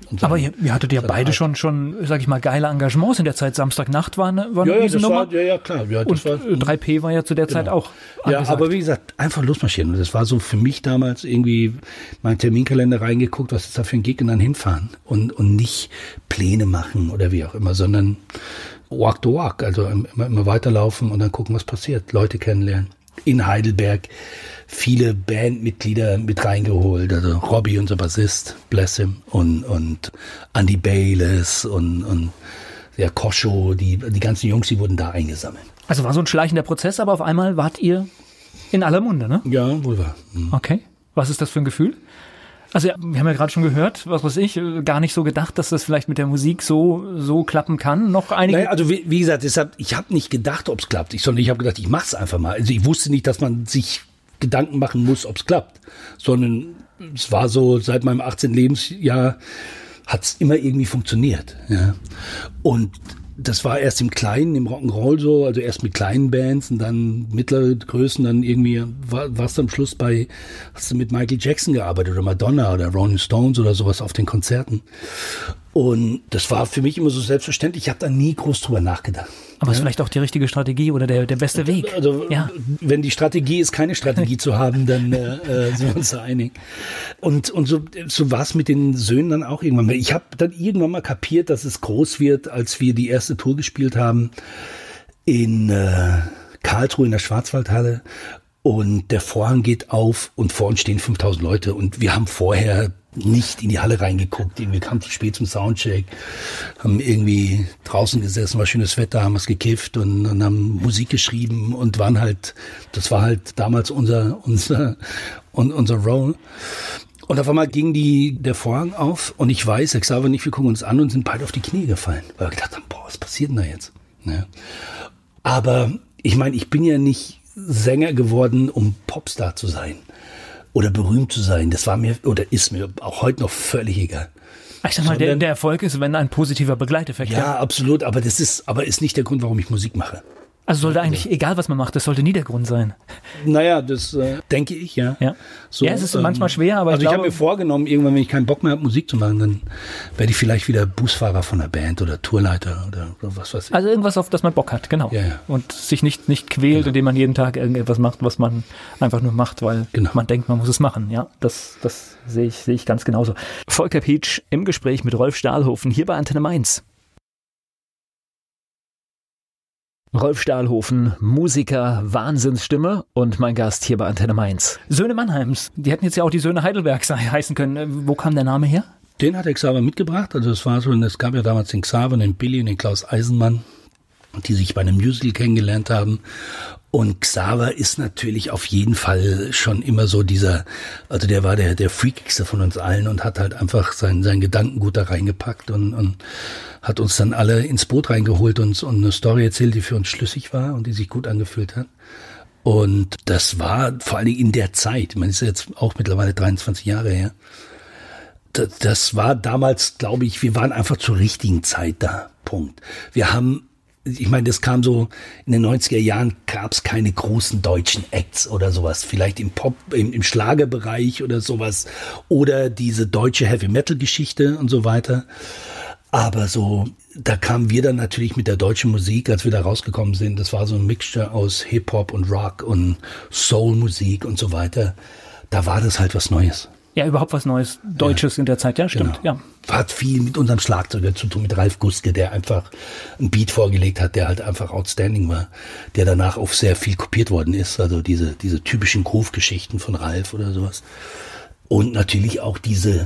Aber ihr hattet ja beide schon, sag ich mal, geile Engagements in der Zeit. Samstagnacht war eine Riesennummer. Ja, klar. Ja, und 3P war ja zu der Zeit auch angesagt. Ja, aber wie gesagt, einfach losmarschieren. Und das war so für mich damals irgendwie mein Terminkalender reingeguckt, was ist da für ein Gig und dann hinfahren. Und nicht Pläne machen oder wie auch immer, sondern walk the walk. Also immer weiterlaufen und dann gucken, was passiert. Leute kennenlernen. In Heidelberg viele Bandmitglieder mit reingeholt, also Robbie, unser Bassist, bless him, und Andy Bayles und der Koscho, die ganzen Jungs, die wurden da eingesammelt. Also war so ein schleichender Prozess, aber auf einmal wart ihr in aller Munde, ne? Ja, wohl wahr. Okay. Was ist das für ein Gefühl? Also wir haben ja gerade schon gehört, was weiß ich, gar nicht so gedacht, dass das vielleicht mit der Musik so klappen kann. Noch einige. Naja, also wie gesagt, deshalb, ich habe nicht gedacht, ob es klappt, sondern ich habe gedacht, ich mache es einfach mal. Also ich wusste nicht, dass man sich Gedanken machen muss, ob es klappt, sondern es war so, seit meinem 18. Lebensjahr hat es immer irgendwie funktioniert. Ja. Und das war erst im Kleinen, im Rock'n'Roll so, also erst mit kleinen Bands und dann mittlere Größen, dann irgendwie warst du am Schluss hast du mit Michael Jackson gearbeitet oder Madonna oder Rolling Stones oder sowas auf den Konzerten. Und das war für mich immer so selbstverständlich, ich habe da nie groß drüber nachgedacht. Aber ist vielleicht auch die richtige Strategie oder der beste Weg. Also wenn die Strategie ist, keine Strategie zu haben, dann sind wir uns da einig. Und so war es mit den Söhnen dann auch irgendwann. Ich habe dann irgendwann mal kapiert, dass es groß wird, als wir die erste Tour gespielt haben in Karlsruhe in der Schwarzwaldhalle. Und der Vorhang geht auf und vor uns stehen 5000 Leute. Und wir haben vorher nicht in die Halle reingeguckt. Wir kamen zu spät zum Soundcheck, haben irgendwie draußen gesessen, war schönes Wetter, haben was gekifft und haben Musik geschrieben und das war halt damals unser Role. Und auf einmal ging der Vorhang auf und ich weiß, der Xaver und ich, wir gucken uns an und sind beide auf die Knie gefallen, weil wir gedacht haben, was passiert denn da jetzt? Ja. Aber ich meine, ich bin ja nicht Sänger geworden, um Popstar zu sein oder berühmt zu sein. Das war mir oder ist mir auch heute noch völlig egal. Ich sag mal, der Erfolg ist, wenn ein positiver Begleiteffekt. Ja, absolut, aber ist nicht der Grund, warum ich Musik mache. Also sollte eigentlich, egal was man macht, das sollte nie der Grund sein. Naja, das denke ich, ja. So, ja, es ist manchmal schwer, aber ich habe mir vorgenommen, irgendwann, wenn ich keinen Bock mehr habe, Musik zu machen, dann werde ich vielleicht wieder Busfahrer von einer Band oder Tourleiter oder was weiß ich. Also irgendwas, auf das man Bock hat, genau. Ja. Und sich nicht quält, indem man jeden Tag irgendetwas macht, was man einfach nur macht, weil man denkt, man muss es machen. Ja, das sehe ich ganz genauso. Volker Pietsch im Gespräch mit Rolf Stahlhofen hier bei Antenne Mainz. Rolf Stahlhofen, Musiker, Wahnsinnsstimme und mein Gast hier bei Antenne Mainz. Söhne Mannheims, die hätten jetzt ja auch die Söhne Heidelbergs heißen können. Wo kam der Name her? Den hat der Xaver mitgebracht. Also es war so, es gab ja damals den Xaver, den Billy und den Klaus Eisenmann, die sich bei einem Musical kennengelernt haben. Und Xaver ist natürlich auf jeden Fall schon immer so also der war der freakigste von uns allen und hat halt einfach sein Gedankengut da reingepackt und hat uns dann alle ins Boot reingeholt und eine Story erzählt, die für uns schlüssig war und die sich gut angefühlt hat. Und das war vor allen Dingen in der Zeit, ich meine, das ist jetzt auch mittlerweile 23 Jahre her. Das war damals, glaube ich, wir waren einfach zur richtigen Zeit da. Punkt. Ich meine, das kam so, in den 90er Jahren gab es keine großen deutschen Acts oder sowas. Vielleicht im Pop, im Schlagerbereich oder sowas. Oder diese deutsche Heavy-Metal-Geschichte und so weiter. Aber so, da kamen wir dann natürlich mit der deutschen Musik, als wir da rausgekommen sind. Das war so ein Mixture aus Hip-Hop und Rock und Soul-Musik und so weiter. Da war das halt was Neues. Ja, überhaupt was Neues, Deutsches in der Zeit, ja, stimmt. Genau. Ja. Hat viel mit unserem Schlagzeuger zu tun, mit Ralf Guske, der einfach einen Beat vorgelegt hat, der halt einfach outstanding war, der danach auch sehr viel kopiert worden ist, also diese typischen Groove-Geschichten von Ralf oder sowas. Und natürlich auch diese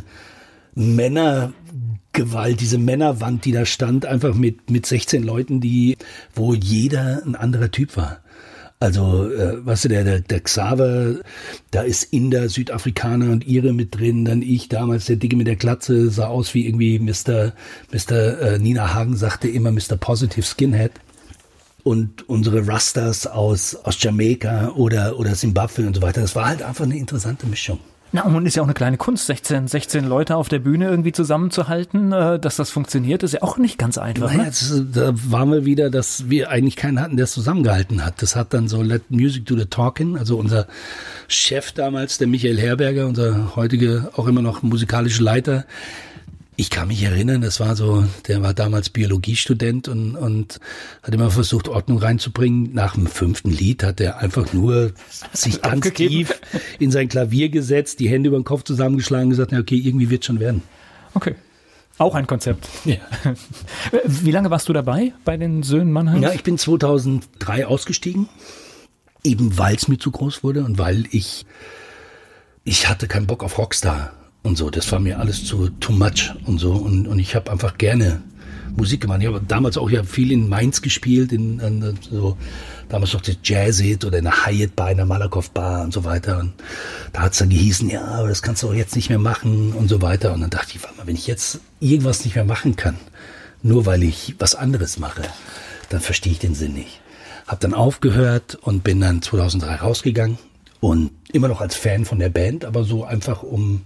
Männergewalt, diese Männerwand, die da stand, einfach mit 16 Leuten, wo jeder ein anderer Typ war. Also, weißt du, der Xaver, da ist Inder, Südafrikaner und Ire mit drin, dann ich damals, der Dicke mit der Glatze, sah aus wie irgendwie Mr. Nina Hagen sagte immer Mr. Positive Skinhead. Und unsere Rastas aus Jamaika oder Zimbabwe und so weiter, das war halt einfach eine interessante Mischung. Na, und ist ja auch eine kleine Kunst, 16 Leute auf der Bühne irgendwie zusammenzuhalten, dass das funktioniert, ist ja auch nicht ganz einfach. Naja, da waren wir wieder, dass wir eigentlich keinen hatten, der es zusammengehalten hat. Das hat dann so Let Music Do the Talking, also unser Chef damals, der Michael Herberger, unser heutiger auch immer noch musikalischer Leiter, Ich kann mich erinnern, das war so, der war damals Biologiestudent und hat immer versucht, Ordnung reinzubringen. Nach dem 5. Lied hat er einfach nur sich ganz tief in sein Klavier gesetzt, die Hände über den Kopf zusammengeschlagen und gesagt, na okay, irgendwie wird schon werden. Okay. Auch ein Konzept. Ja. Wie lange warst du dabei bei den Söhnen Mannheims? Ja, ich bin 2003 ausgestiegen, eben weil es mir zu groß wurde und weil ich hatte keinen Bock auf Rockstar. Und so, das war mir alles too much und so. Und ich habe einfach gerne Musik gemacht. Ich habe damals auch ja viel in Mainz gespielt, so damals noch das Jazzit oder in der Hyatt Bar, in der Malakoff Bar und so weiter. Und da hat es dann gehießen, ja, aber das kannst du auch jetzt nicht mehr machen und so weiter. Und dann dachte ich, warte mal, wenn ich jetzt irgendwas nicht mehr machen kann, nur weil ich was anderes mache, dann verstehe ich den Sinn nicht. Hab dann aufgehört und bin dann 2003 rausgegangen und immer noch als Fan von der Band, aber so einfach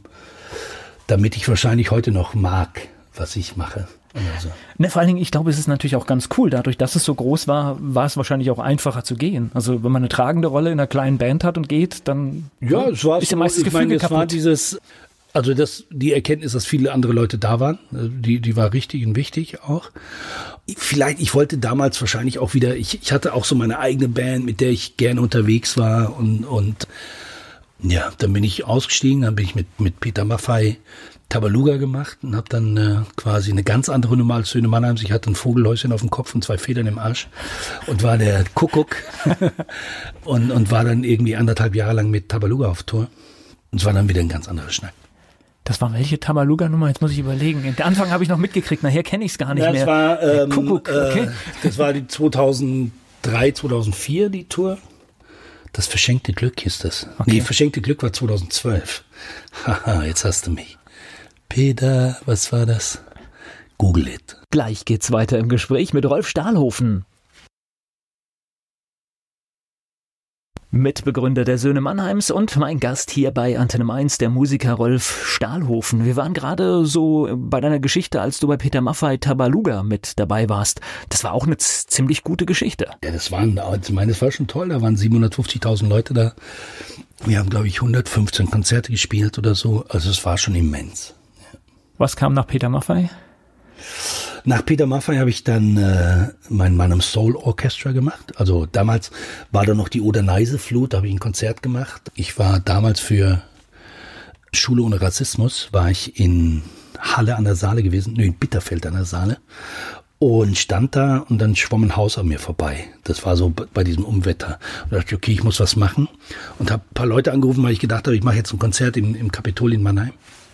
damit ich wahrscheinlich heute noch mag, was ich mache. Also. Ne, vor allen Dingen, ich glaube, es ist natürlich auch ganz cool. Dadurch, dass es so groß war, war es wahrscheinlich auch einfacher zu gehen. Also wenn man eine tragende Rolle in einer kleinen Band hat und geht, dann es war ist ja meistens das Gefühl kaputt. War dieses, also die Erkenntnis, dass viele andere Leute da waren, die war richtig und wichtig auch. Vielleicht, ich wollte damals wahrscheinlich auch wieder, ich hatte auch so meine eigene Band, mit der ich gerne unterwegs war und ja, dann bin ich ausgestiegen, dann bin ich mit Peter Maffay Tabaluga gemacht und habe dann quasi eine ganz andere Nummer als Söhne Mannheims. Ich hatte ein Vogelhäuschen auf dem Kopf und 2 Federn im Arsch und war der Kuckuck und war dann irgendwie 1,5 Jahre lang mit Tabaluga auf Tour. Und es war dann wieder ein ganz anderer Schnack. Das war welche Tabaluga-Nummer? Jetzt muss ich überlegen. Den Anfang habe ich noch mitgekriegt, nachher kenne ich es gar nicht mehr. Das war Kuckuck, okay. Das war die 2003, 2004 die Tour. Das verschenkte Glück hieß das. Okay. Nee, verschenkte Glück war 2012. Haha, jetzt hast du mich. Peter, was war das? Google it. Gleich geht's weiter im Gespräch mit Rolf Stahlhofen. Mitbegründer der Söhne Mannheims und mein Gast hier bei Antenne Mainz, der Musiker Rolf Stahlhofen. Wir waren gerade so bei deiner Geschichte, als du bei Peter Maffay Tabaluga mit dabei warst. Das war auch eine ziemlich gute Geschichte. Ja, das war schon toll. Da waren 750.000 Leute da. Wir haben, glaube ich, 115 Konzerte gespielt oder so. Also es war schon immens. Ja. Was kam nach Peter Maffay? Nach Peter Maffay habe ich dann mein Mann im Soul Orchestra gemacht. Also damals war da noch die Oder-Neiße-Flut, da habe ich ein Konzert gemacht. Ich war damals für Schule ohne Rassismus, war ich in Halle an der Saale gewesen, in Bitterfeld an der Saale und stand da und dann schwamm ein Haus an mir vorbei. Das war so bei diesem Unwetter. Und da dachte ich, okay, ich muss was machen und habe ein paar Leute angerufen, weil ich gedacht habe, ich mache jetzt ein Konzert im Kapitol in Mannheim.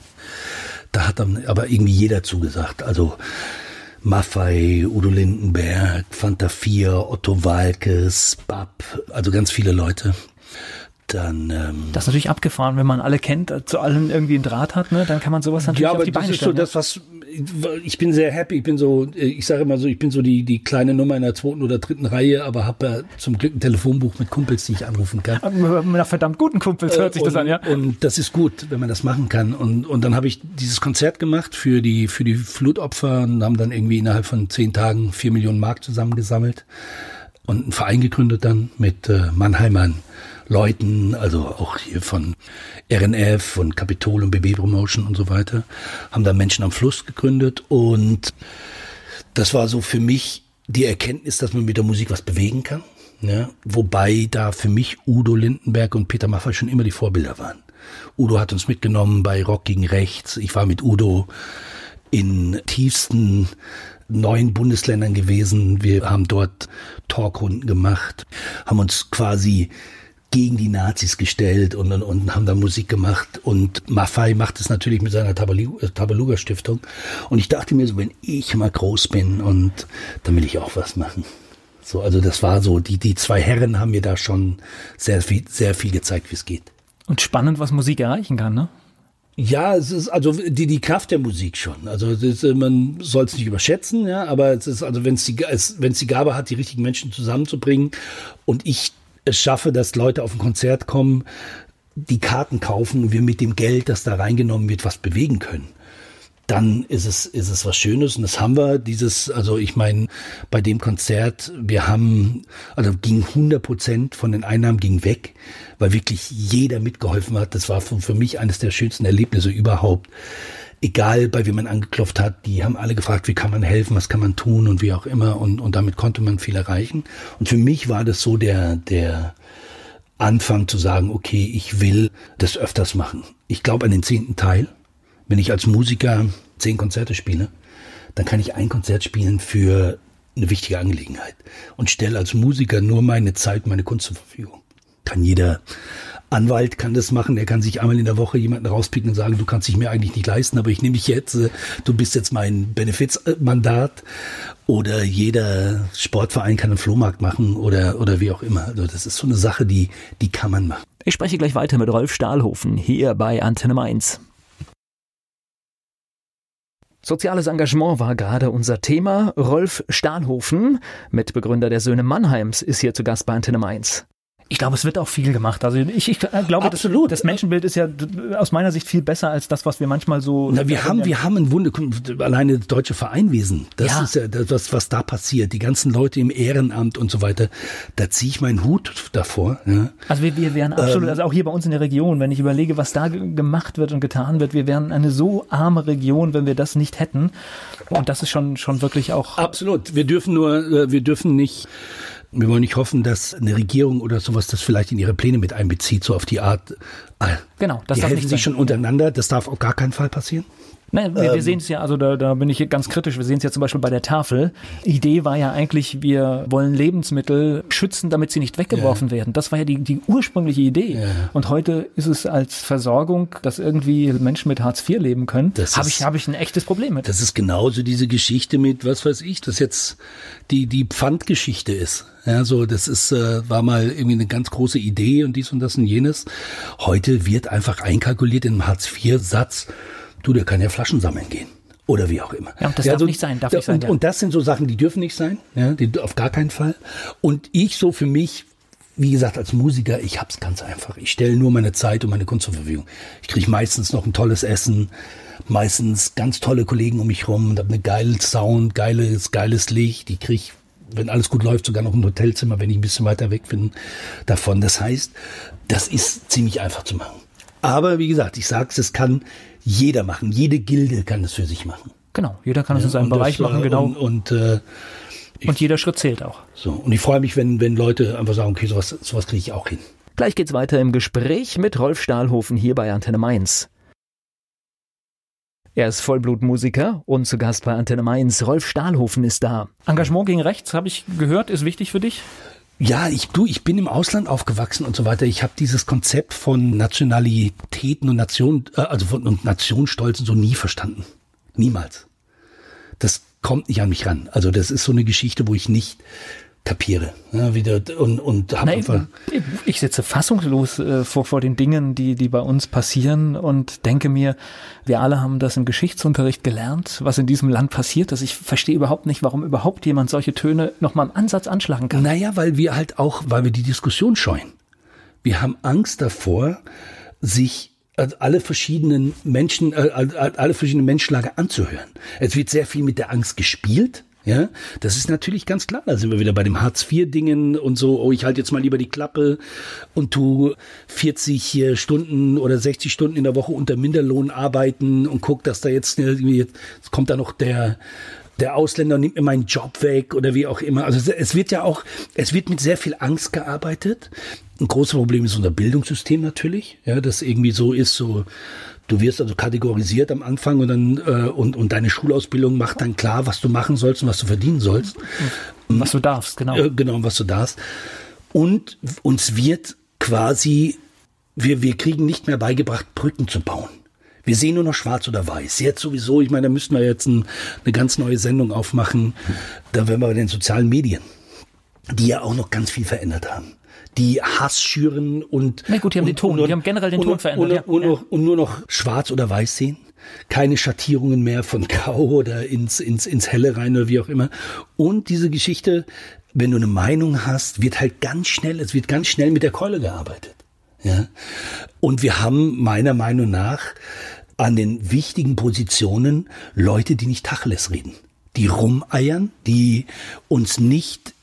Da hat dann aber irgendwie jeder zugesagt, also Maffay, Udo Lindenberg, Fanta 4, Otto Waalkes, Bab, also ganz viele Leute. Dann das ist natürlich abgefahren, wenn man alle kennt, zu allen irgendwie einen Draht hat, ne? Dann kann man sowas natürlich auf die Beine stellen. Ja, aber das ist so das, was ich bin sehr happy. Ich bin so, ich sage immer so, ich bin so die kleine Nummer in der 2. oder 3. Reihe, aber habe ja zum Glück ein Telefonbuch mit Kumpels, die ich anrufen kann. Mit verdammt guten Kumpels hört sich das an, ja. Und das ist gut, wenn man das machen kann. Und dann habe ich dieses Konzert gemacht für die Flutopfer und haben dann irgendwie innerhalb von 10 Tagen 4 Millionen Mark zusammengesammelt und einen Verein gegründet dann mit Mannheimern Leuten, also auch hier von RNF und Capitol und BB Promotion und so weiter, haben da Menschen am Fluss gegründet und das war so für mich die Erkenntnis, dass man mit der Musik was bewegen kann, ja? Wobei da für mich Udo Lindenberg und Peter Maffay schon immer die Vorbilder waren. Udo hat uns mitgenommen bei Rock gegen Rechts, ich war mit Udo in tiefsten 9 Bundesländern gewesen, wir haben dort Talkrunden gemacht, haben uns quasi gegen die Nazis gestellt und haben da Musik gemacht und Maffay macht es natürlich mit seiner Tabaluga Stiftung und ich dachte mir so, wenn ich mal groß bin und dann will ich auch was machen. So, also das war so, die 2 Herren haben mir da schon sehr viel gezeigt, wie es geht. Und spannend, was Musik erreichen kann, ne? Ja, es ist also die Kraft der Musik schon. Also man soll es nicht überschätzen, ja, aber es ist also, wenn es die Gabe hat, die richtigen Menschen zusammenzubringen und ich es schaffe, dass Leute auf ein Konzert kommen, die Karten kaufen und wir mit dem Geld, das da reingenommen wird, was bewegen können, dann ist es was Schönes und das haben wir, also ich meine, bei dem Konzert, ging 100% von den Einnahmen ging weg, weil wirklich jeder mitgeholfen hat. Das war für mich eines der schönsten Erlebnisse überhaupt. egal bei wem man angeklopft hat, die haben alle gefragt, wie kann man helfen, was kann man tun und wie auch immer und damit konnte man viel erreichen. Und für mich war das so der Anfang zu sagen, okay, ich will das öfters machen. Ich glaube an den 10. Teil. Wenn ich als Musiker 10 Konzerte spiele, dann kann ich ein Konzert spielen für eine wichtige Angelegenheit und stelle als Musiker nur meine Zeit, meine Kunst zur Verfügung. Kann jeder Anwalt kann das machen, er kann sich einmal in der Woche jemanden rauspicken und sagen, du kannst dich mir eigentlich nicht leisten, aber ich nehme dich jetzt, du bist jetzt mein Benefizmandat. Oder jeder Sportverein kann einen Flohmarkt machen oder wie auch immer. Also das ist so eine Sache, die kann man machen. Ich spreche gleich weiter mit Rolf Stahlhofen hier bei Antenne Mainz. Soziales Engagement war gerade unser Thema. Rolf Stahlhofen, Mitbegründer der Söhne Mannheims, ist hier zu Gast bei Antenne Mainz. Ich glaube, es wird auch viel gemacht. Also ich glaube, das Menschenbild ist ja aus meiner Sicht viel besser als das, was wir manchmal so... Na, wir haben ein Wunder, alleine das deutsche Vereinwesen, das ist ja das, was da passiert. Die ganzen Leute im Ehrenamt und so weiter, da ziehe ich meinen Hut davor. Ja. Also wir wären absolut, also auch hier bei uns in der Region, wenn ich überlege, was da gemacht wird und getan wird, wir wären eine so arme Region, wenn wir das nicht hätten. Und das ist schon wirklich auch... Absolut. Wir wollen nicht hoffen, dass eine Regierung oder sowas das vielleicht in ihre Pläne mit einbezieht, so auf die Art. Genau, das die darf helfen nicht sich sein. schon untereinander, das darf auf gar keinen Fall passieren. Nein, wir sehen es ja, also da bin ich ganz kritisch, wir sehen es ja zum Beispiel bei der Tafel. Die Idee war ja eigentlich, wir wollen Lebensmittel schützen, damit sie nicht weggeworfen werden. Das war ja die ursprüngliche Idee. Ja. Und heute ist es als Versorgung, dass irgendwie Menschen mit Hartz IV leben können, habe ich ein echtes Problem mit. Das ist genauso diese Geschichte mit, was weiß ich, dass jetzt die Pfandgeschichte ist. Ja, so, das ist, war mal irgendwie eine ganz große Idee und dies und das und jenes. Heute wird einfach einkalkuliert in einem Hartz-IV-Satz, der kann ja Flaschen sammeln gehen. Oder wie auch immer. Ja, und das darf nicht sein. Und das sind so Sachen, die dürfen nicht sein. Ja, die auf gar keinen Fall. Und ich so für mich, wie gesagt, als Musiker, ich hab's ganz einfach. Ich stelle nur meine Zeit und meine Kunst zur Verfügung. Ich kriege meistens noch ein tolles Essen, meistens ganz tolle Kollegen um mich rum und habe eine geile Sound, geiles Licht. Ich kriege, wenn alles gut läuft, sogar noch ein Hotelzimmer, wenn ich ein bisschen weiter weg bin davon. Das heißt, das ist ziemlich einfach zu machen. Aber wie gesagt, ich sag's, es kann jeder machen. Jede Gilde kann es für sich machen. Genau, jeder kann es in seinem Bereich machen, genau. Und jeder Schritt zählt auch. So, und ich freue mich, wenn Leute einfach sagen, okay, sowas kriege ich auch hin. Gleich geht's weiter im Gespräch mit Rolf Stahlhofen hier bei Antenne Mainz. Er ist Vollblutmusiker und zu Gast bei Antenne Mainz. Rolf Stahlhofen ist da. Engagement gegen rechts, habe ich gehört, ist wichtig für dich? Ja, ich bin im Ausland aufgewachsen und so weiter. Ich habe dieses Konzept von Nationalitäten und Nationsstolz und so nie verstanden. Niemals. Das kommt nicht an mich ran. Also das ist so eine Geschichte, wo ich nicht kapiere. Ja, ich sitze fassungslos vor den Dingen, die bei uns passieren und denke mir, wir alle haben das im Geschichtsunterricht gelernt, was in diesem Land passiert ist. Ich verstehe überhaupt nicht, warum überhaupt jemand solche Töne noch mal im Ansatz anschlagen kann. Naja, weil wir die Diskussion scheuen. Wir haben Angst davor, sich alle verschiedenen Menschenlager anzuhören. Es wird sehr viel mit der Angst gespielt. Ja, das ist natürlich ganz klar. Da sind wir wieder bei dem Hartz-IV-Dingen und so, oh, ich halte jetzt mal lieber die Klappe und tu 40 Stunden oder 60 Stunden in der Woche unter Minderlohn arbeiten und guck, dass da jetzt kommt da noch der Ausländer und nimmt mir meinen Job weg oder wie auch immer. Also es wird mit sehr viel Angst gearbeitet. Ein großes Problem ist unser Bildungssystem natürlich, ja, das irgendwie so ist, so du wirst also kategorisiert am Anfang und dann und deine Schulausbildung macht dann klar, was du machen sollst und was du verdienen sollst. Was du darfst, genau. Genau, was du darfst. Und uns wird quasi, wir kriegen nicht mehr beigebracht, Brücken zu bauen. Wir sehen nur noch schwarz oder weiß. Jetzt sowieso, ich meine, da müssten wir jetzt eine ganz neue Sendung aufmachen. Da wären wir bei den sozialen Medien, die ja auch noch ganz viel verändert haben. Die Hass schüren und... Na gut, die haben generell den Ton verändert. Und nur noch schwarz oder weiß sehen. Keine Schattierungen mehr von Grau oder ins Helle rein oder wie auch immer. Und diese Geschichte, wenn du eine Meinung hast, wird ganz schnell mit der Keule gearbeitet. Ja? Und wir haben meiner Meinung nach an den wichtigen Positionen Leute, die nicht Tacheles reden. Die rumeiern, die uns nicht,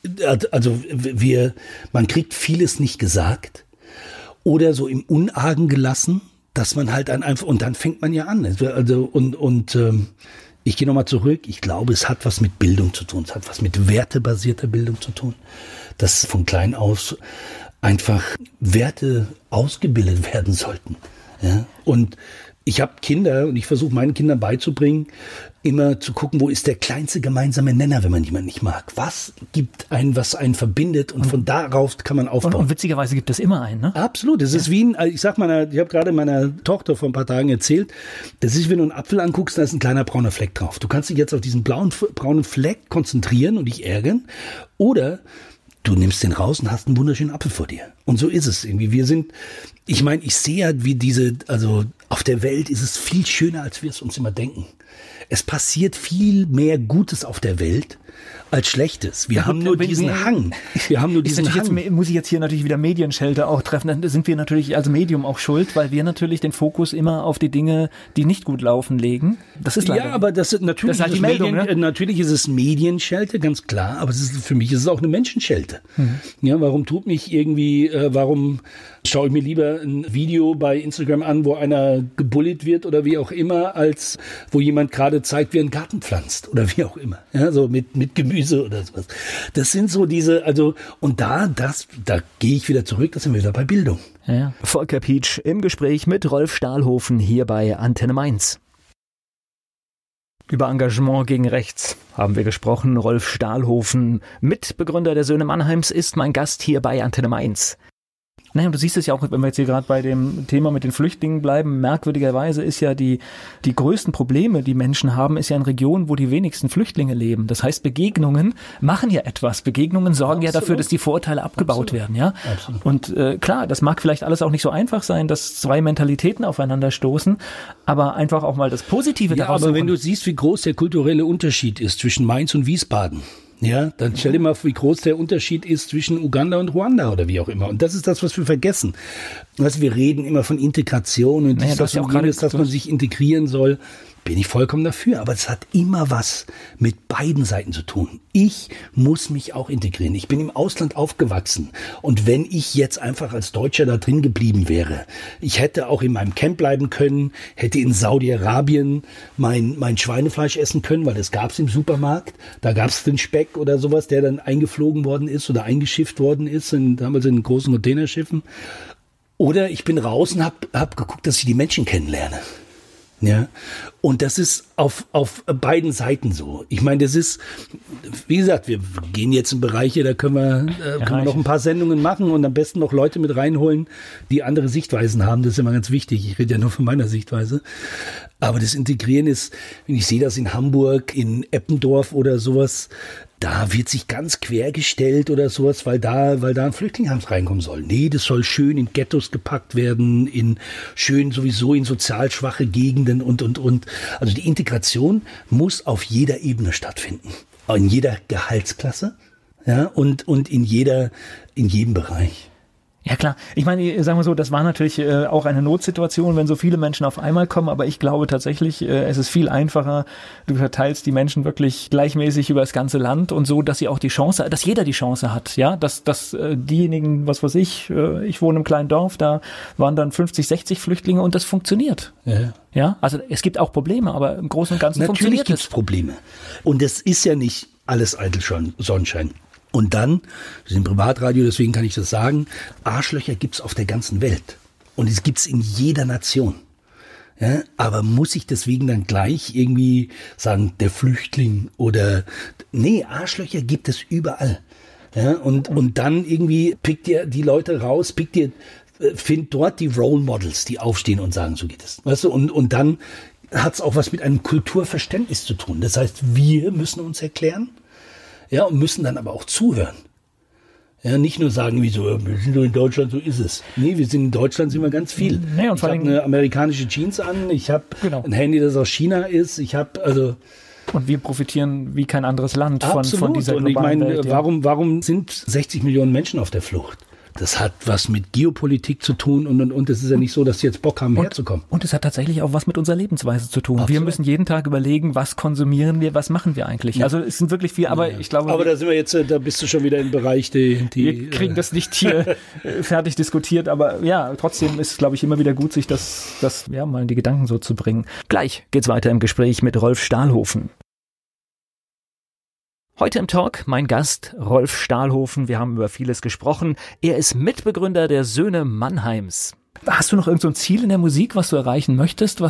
man kriegt vieles nicht gesagt oder so im Unargen gelassen, dass man halt einfach, und dann fängt man ja an. Also, ich gehe nochmal zurück. Ich glaube, es hat was mit Bildung zu tun. Es hat was mit wertebasierter Bildung zu tun. Dass von klein aus einfach Werte ausgebildet werden sollten. Ja? Und ich habe Kinder und ich versuche meinen Kindern beizubringen, immer zu gucken, wo ist der kleinste gemeinsame Nenner, wenn man jemanden nicht mag. Was gibt einen, was einen verbindet und von darauf kann man aufbauen. Und witzigerweise gibt es immer einen, ne? Absolut. Das ist wie ich habe gerade meiner Tochter vor ein paar Tagen erzählt, das ist, wenn du einen Apfel anguckst, da ist ein kleiner brauner Fleck drauf. Du kannst dich jetzt auf diesen braunen Fleck konzentrieren und dich ärgern oder du nimmst den raus und hast einen wunderschönen Apfel vor dir. Und so ist es irgendwie. Ich sehe ja, also auf der Welt ist es viel schöner, als wir es uns immer denken. Es passiert viel mehr Gutes auf der Welt als Schlechtes. Wir haben nur diesen Hang. Muss ich jetzt hier natürlich wieder Medienschelte auch treffen. Dann sind wir natürlich als Medium auch schuld, weil wir natürlich den Fokus immer auf die Dinge, die nicht gut laufen, legen. Das ist leider. Ja, aber natürlich ist halt die Meldung, ne? Natürlich ist es Medienschelte, ganz klar. Aber für mich ist es auch eine Menschenschelte. Ja, warum warum schaue ich mir lieber ein Video bei Instagram an, wo einer gebullied wird oder wie auch immer, als wo jemand gerade zeigt, wie er einen Garten pflanzt oder wie auch immer. Ja, so mit Gemüse oder sowas. Das sind so und da gehe ich wieder zurück, da sind wir wieder bei Bildung. Ja. Volker Pietsch im Gespräch mit Rolf Stahlhofen hier bei Antenne Mainz. Über Engagement gegen rechts haben wir gesprochen. Rolf Stahlhofen, Mitbegründer der Söhne Mannheims, ist mein Gast hier bei Antenne Mainz. Naja, und du siehst es ja auch, wenn wir jetzt hier gerade bei dem Thema mit den Flüchtlingen bleiben, merkwürdigerweise ist ja die größten Probleme, die Menschen haben, ist ja in Regionen, wo die wenigsten Flüchtlinge leben. Das heißt, Begegnungen machen ja etwas. Begegnungen sorgen ja dafür, dass die Vorurteile abgebaut werden, ja. Absolut. Und klar, das mag vielleicht alles auch nicht so einfach sein, dass zwei Mentalitäten aufeinander stoßen, aber einfach auch mal das Positive daraus. Ja, aber wenn du siehst, wie groß der kulturelle Unterschied ist zwischen Mainz und Wiesbaden, ja, dann stell dir mal vor, wie groß der Unterschied ist zwischen Uganda und Ruanda oder wie auch immer. Und das ist das, was wir vergessen. Also wir reden immer von Integration und dass man sich integrieren soll. Bin ich vollkommen dafür, aber es hat immer was mit beiden Seiten zu tun. Ich muss mich auch integrieren. Ich bin im Ausland aufgewachsen und wenn ich jetzt einfach als Deutscher da drin geblieben wäre, ich hätte auch in meinem Camp bleiben können, hätte in Saudi-Arabien mein Schweinefleisch essen können, weil das gab's im Supermarkt. Da gab's den Speck oder sowas, der dann eingeflogen worden ist oder eingeschifft worden ist, damals in großen Containerschiffen. Oder ich bin raus und hab geguckt, dass ich die Menschen kennenlerne. Ja, und das ist auf beiden Seiten so. Ich meine, das ist, wie gesagt, wir gehen jetzt in Bereiche, da können wir noch ein paar Sendungen machen und am besten noch Leute mit reinholen, die andere Sichtweisen haben. Das ist immer ganz wichtig. Ich rede ja nur von meiner Sichtweise. Aber das Integrieren ist, wenn ich sehe das in Hamburg, in Eppendorf oder sowas, da wird sich ganz quergestellt oder sowas, weil da ein Flüchtlingsheim reinkommen soll. Nee, das soll schön in Ghettos gepackt werden, schön sowieso in sozial schwache Gegenden und. Also die Integration muss auf jeder Ebene stattfinden. In jeder Gehaltsklasse, ja, und in jedem Bereich. Ja klar, ich meine, sagen wir so, das war natürlich auch eine Notsituation, wenn so viele Menschen auf einmal kommen, aber ich glaube tatsächlich, es ist viel einfacher, du verteilst die Menschen wirklich gleichmäßig über das ganze Land und so, dass sie auch dass jeder die Chance hat, ja, dass diejenigen, was weiß ich wohne im kleinen Dorf, da waren dann 50, 60 Flüchtlinge und das funktioniert. Ja, also es gibt auch Probleme, aber im Großen und Ganzen funktioniert es. Natürlich gibt es Probleme und es ist ja nicht alles eitel Sonnenschein. Und dann, wir sind im Privatradio, deswegen kann ich das sagen, Arschlöcher gibt's auf der ganzen Welt. Und es gibt's in jeder Nation. Ja, aber muss ich deswegen dann gleich irgendwie sagen, der Flüchtling oder, nee, Arschlöcher gibt es überall. Ja, und dann irgendwie pickt ihr die Leute raus, find dort die Role Models, die aufstehen und sagen, so geht es. Weißt du, und dann hat's auch was mit einem Kulturverständnis zu tun. Das heißt, wir müssen uns erklären. Ja, und müssen dann aber auch zuhören. Ja, nicht nur sagen, wir sind nur in Deutschland, so ist es. Nee, in Deutschland sind wir ganz viel. Nee, und ich habe eine amerikanische Jeans an, ich habe ein Handy, das aus China ist, und wir profitieren wie kein anderes Land von dieser globalen Welt. Und ich meine, Welt, ja. warum sind 60 Millionen Menschen auf der Flucht? Das hat was mit Geopolitik zu tun und es ist ja nicht so, dass sie jetzt Bock haben, herzukommen. Und es hat tatsächlich auch was mit unserer Lebensweise zu tun. Absolut. Wir müssen jeden Tag überlegen, was konsumieren wir, was machen wir eigentlich. Ja. Also es sind wirklich viel, aber ich glaube... Aber da sind wir jetzt, da bist du schon wieder im Bereich, wir kriegen das nicht hier fertig diskutiert, aber ja, trotzdem ist es, glaube ich, immer wieder gut, sich das mal in die Gedanken so zu bringen. Gleich geht's weiter im Gespräch mit Rolf Stahlhofen. Heute im Talk mein Gast Rolf Stahlhofen. Wir haben über vieles gesprochen. Er ist Mitbegründer der Söhne Mannheims. Hast du noch irgend so ein Ziel in der Musik, was du erreichen möchtest,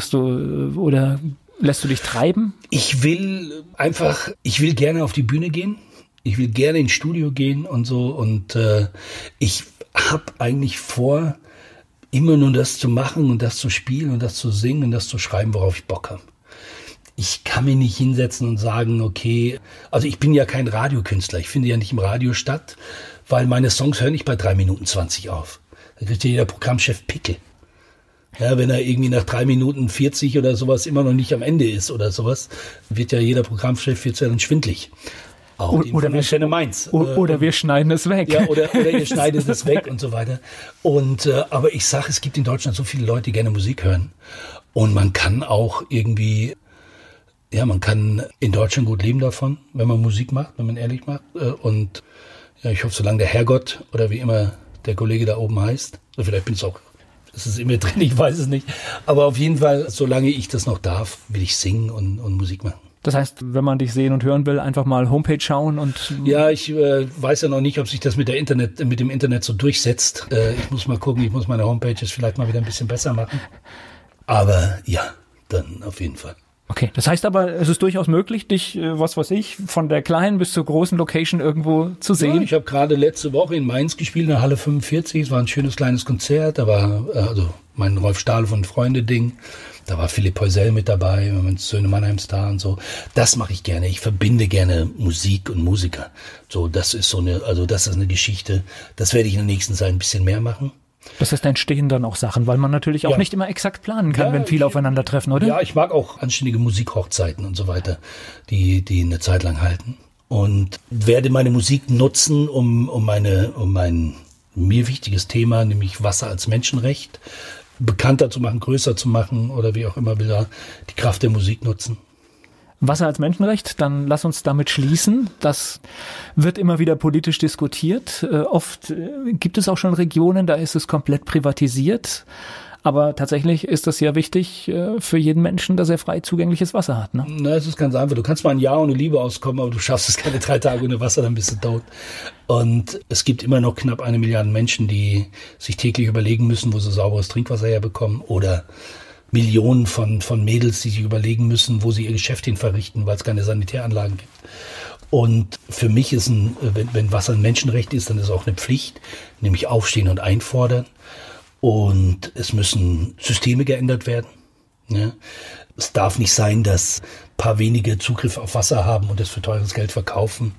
oder lässt du dich treiben? Ich will gerne auf die Bühne gehen. Ich will gerne ins Studio gehen und so. Und ich habe eigentlich vor, immer nur das zu machen und das zu spielen und das zu singen und das zu schreiben, worauf ich Bock habe. Ich kann mich nicht hinsetzen und sagen, okay, also ich bin ja kein Radiokünstler, ich finde ja nicht im Radio statt, weil meine Songs hören nicht bei 3 Minuten 20 auf. Da kriegt ja jeder Programmchef Pickel. Ja, wenn er irgendwie nach 3 Minuten 40 oder sowas immer noch nicht am Ende ist oder sowas, wird ja jeder Programmchef jetzt ja dann schwindlig. Auch oder wir schneiden es weg. Ja, oder ihr schneidet es weg und so weiter. Und aber ich sage, es gibt in Deutschland so viele Leute, die gerne Musik hören. Und man kann auch irgendwie... Ja, man kann in Deutschland gut leben davon, wenn man Musik macht, wenn man ehrlich macht. Und ja, ich hoffe, solange der Herrgott oder wie immer der Kollege da oben heißt, oder vielleicht bin es auch, das ist immer drin, ich weiß es nicht. Aber auf jeden Fall, solange ich das noch darf, will ich singen und Musik machen. Das heißt, wenn man dich sehen und hören will, einfach mal Homepage schauen und... Ja, ich weiß ja noch nicht, ob sich das mit dem Internet so durchsetzt. Ich muss mal gucken, ich muss meine Homepages vielleicht mal wieder ein bisschen besser machen. Aber ja, dann auf jeden Fall. Okay, das heißt aber, es ist durchaus möglich, dich, von der kleinen bis zur großen Location irgendwo zu sehen? Ja, ich habe gerade letzte Woche in Mainz gespielt, in der Halle 45. Es war ein schönes kleines Konzert. Da war mein Rolf Stahlhofen und Freunde-Ding. Da war Philipp Heusel mit dabei, mit Söhne Mannheims da und so. Das mache ich gerne. Ich verbinde gerne Musik und Musiker. So, das ist eine Geschichte. Das werde ich in der nächsten Zeit ein bisschen mehr machen. Das heißt, da entstehen dann auch Sachen, weil man natürlich auch nicht immer exakt planen kann, wenn viele aufeinandertreffen, oder? Ja, ich mag auch anständige Musikhochzeiten und so weiter, die eine Zeit lang halten. Und werde meine Musik nutzen, um mein mir wichtiges Thema, nämlich Wasser als Menschenrecht, bekannter zu machen, größer zu machen oder wie auch immer wieder die Kraft der Musik nutzen. Wasser als Menschenrecht, dann lass uns damit schließen. Das wird immer wieder politisch diskutiert. Oft gibt es auch schon Regionen, da ist es komplett privatisiert. Aber tatsächlich ist das ja wichtig für jeden Menschen, dass er frei zugängliches Wasser hat. Ne? Na, es ist ganz einfach. Du kannst mal ein Jahr ohne Liebe auskommen, aber du schaffst es keine 3 Tage ohne Wasser, dann bist du tot. Und es gibt immer noch knapp 1 Milliarde Menschen, die sich täglich überlegen müssen, wo sie sauberes Trinkwasser herbekommen, oder Millionen von Mädels, die sich überlegen müssen, wo sie ihr Geschäft hin verrichten, weil es keine Sanitäranlagen gibt. Und für mich ist wenn Wasser ein Menschenrecht ist, dann ist es auch eine Pflicht, nämlich aufstehen und einfordern. Und es müssen Systeme geändert werden. Ja. Es darf nicht sein, dass ein paar wenige Zugriff auf Wasser haben und es für teures Geld verkaufen.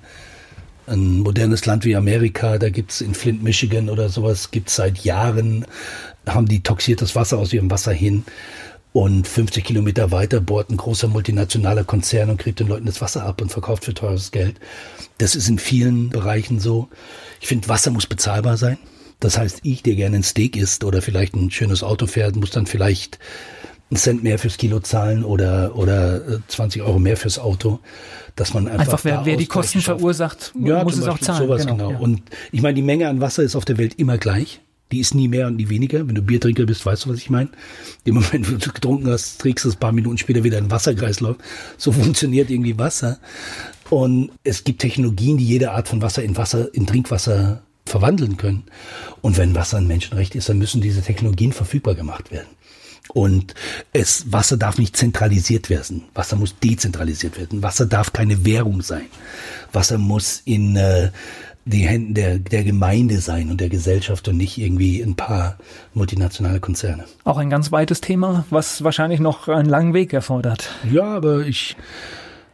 Ein modernes Land wie Amerika, da gibt's in Flint, Michigan oder sowas, gibt's seit Jahren, haben die toxiertes Wasser aus ihrem Wasser hin. Und 50 Kilometer weiter bohrt ein großer multinationaler Konzern und kriegt den Leuten das Wasser ab und verkauft für teures Geld. Das ist in vielen Bereichen so. Ich finde, Wasser muss bezahlbar sein. Das heißt, ich, der gerne ein Steak isst oder vielleicht ein schönes Auto fährt, muss dann vielleicht 1 Cent mehr fürs Kilo zahlen oder 20 Euro mehr fürs Auto. Dass man einfach wer die Kosten verursacht, muss es auch zahlen. Sowas, genau. Ja. Und ich meine, die Menge an Wasser ist auf der Welt immer gleich. Die ist nie mehr und nie weniger. Wenn du Biertrinker bist, weißt du, was ich meine. Im Moment, wo du getrunken hast, trägst du es ein paar Minuten später wieder in den Wasserkreislauf. So funktioniert irgendwie Wasser. Und es gibt Technologien, die jede Art von Wasser in Trinkwasser verwandeln können. Und wenn Wasser ein Menschenrecht ist, dann müssen diese Technologien verfügbar gemacht werden. Und Wasser darf nicht zentralisiert werden. Wasser muss dezentralisiert werden. Wasser darf keine Währung sein. Wasser muss in die Händen der Gemeinde sein und der Gesellschaft und nicht irgendwie ein paar multinationale Konzerne. Auch ein ganz weites Thema, was wahrscheinlich noch einen langen Weg erfordert. Ja, aber ich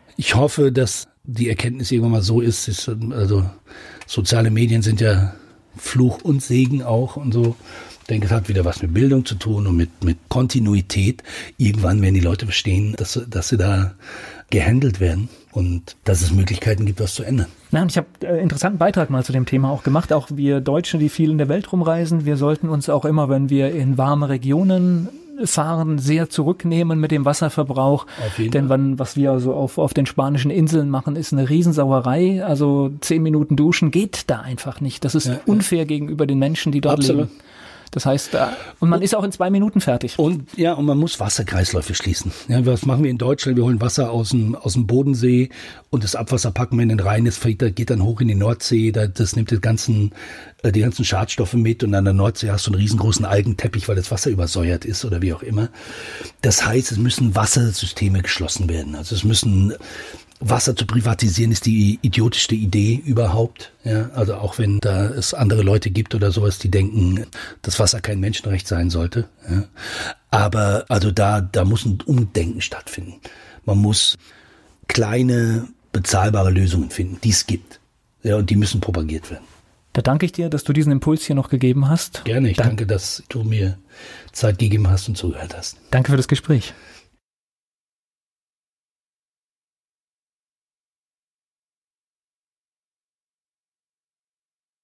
hoffe, dass die Erkenntnis irgendwann mal so ist. Also soziale Medien sind ja Fluch und Segen auch und so. Ich denke, es hat wieder was mit Bildung zu tun und mit Kontinuität. Irgendwann werden die Leute verstehen, dass sie da gehandelt werden und dass es Möglichkeiten gibt, was zu ändern. Na, und ich habe einen interessanten Beitrag mal zu dem Thema auch gemacht. Auch wir Deutsche, die viel in der Welt rumreisen, wir sollten uns auch immer, wenn wir in warme Regionen fahren, sehr zurücknehmen mit dem Wasserverbrauch. Denn was wir also auf den spanischen Inseln machen, ist eine Riesensauerei. Also 10 Minuten duschen geht da einfach nicht. Das ist unfair gegenüber den Menschen, die dort leben. Das heißt, und man ist auch in 2 Minuten fertig. Und man muss Wasserkreisläufe schließen. Ja, was machen wir in Deutschland? Wir holen Wasser aus dem Bodensee und das Abwasser packen wir in den Rhein. Das geht dann hoch in die Nordsee. Das nimmt die ganzen Schadstoffe mit und an der Nordsee hast du einen riesengroßen Algenteppich, weil das Wasser übersäuert ist oder wie auch immer. Das heißt, es müssen Wassersysteme geschlossen werden. Also Wasser zu privatisieren ist die idiotischste Idee überhaupt. Ja, also auch wenn da es andere Leute gibt oder sowas, die denken, dass Wasser kein Menschenrecht sein sollte. Ja. Aber also da muss ein Umdenken stattfinden. Man muss kleine, bezahlbare Lösungen finden, die es gibt. Ja, und die müssen propagiert werden. Da danke ich dir, dass du diesen Impuls hier noch gegeben hast. Gerne, ich danke, dass du mir Zeit gegeben hast und zugehört hast. Danke für das Gespräch.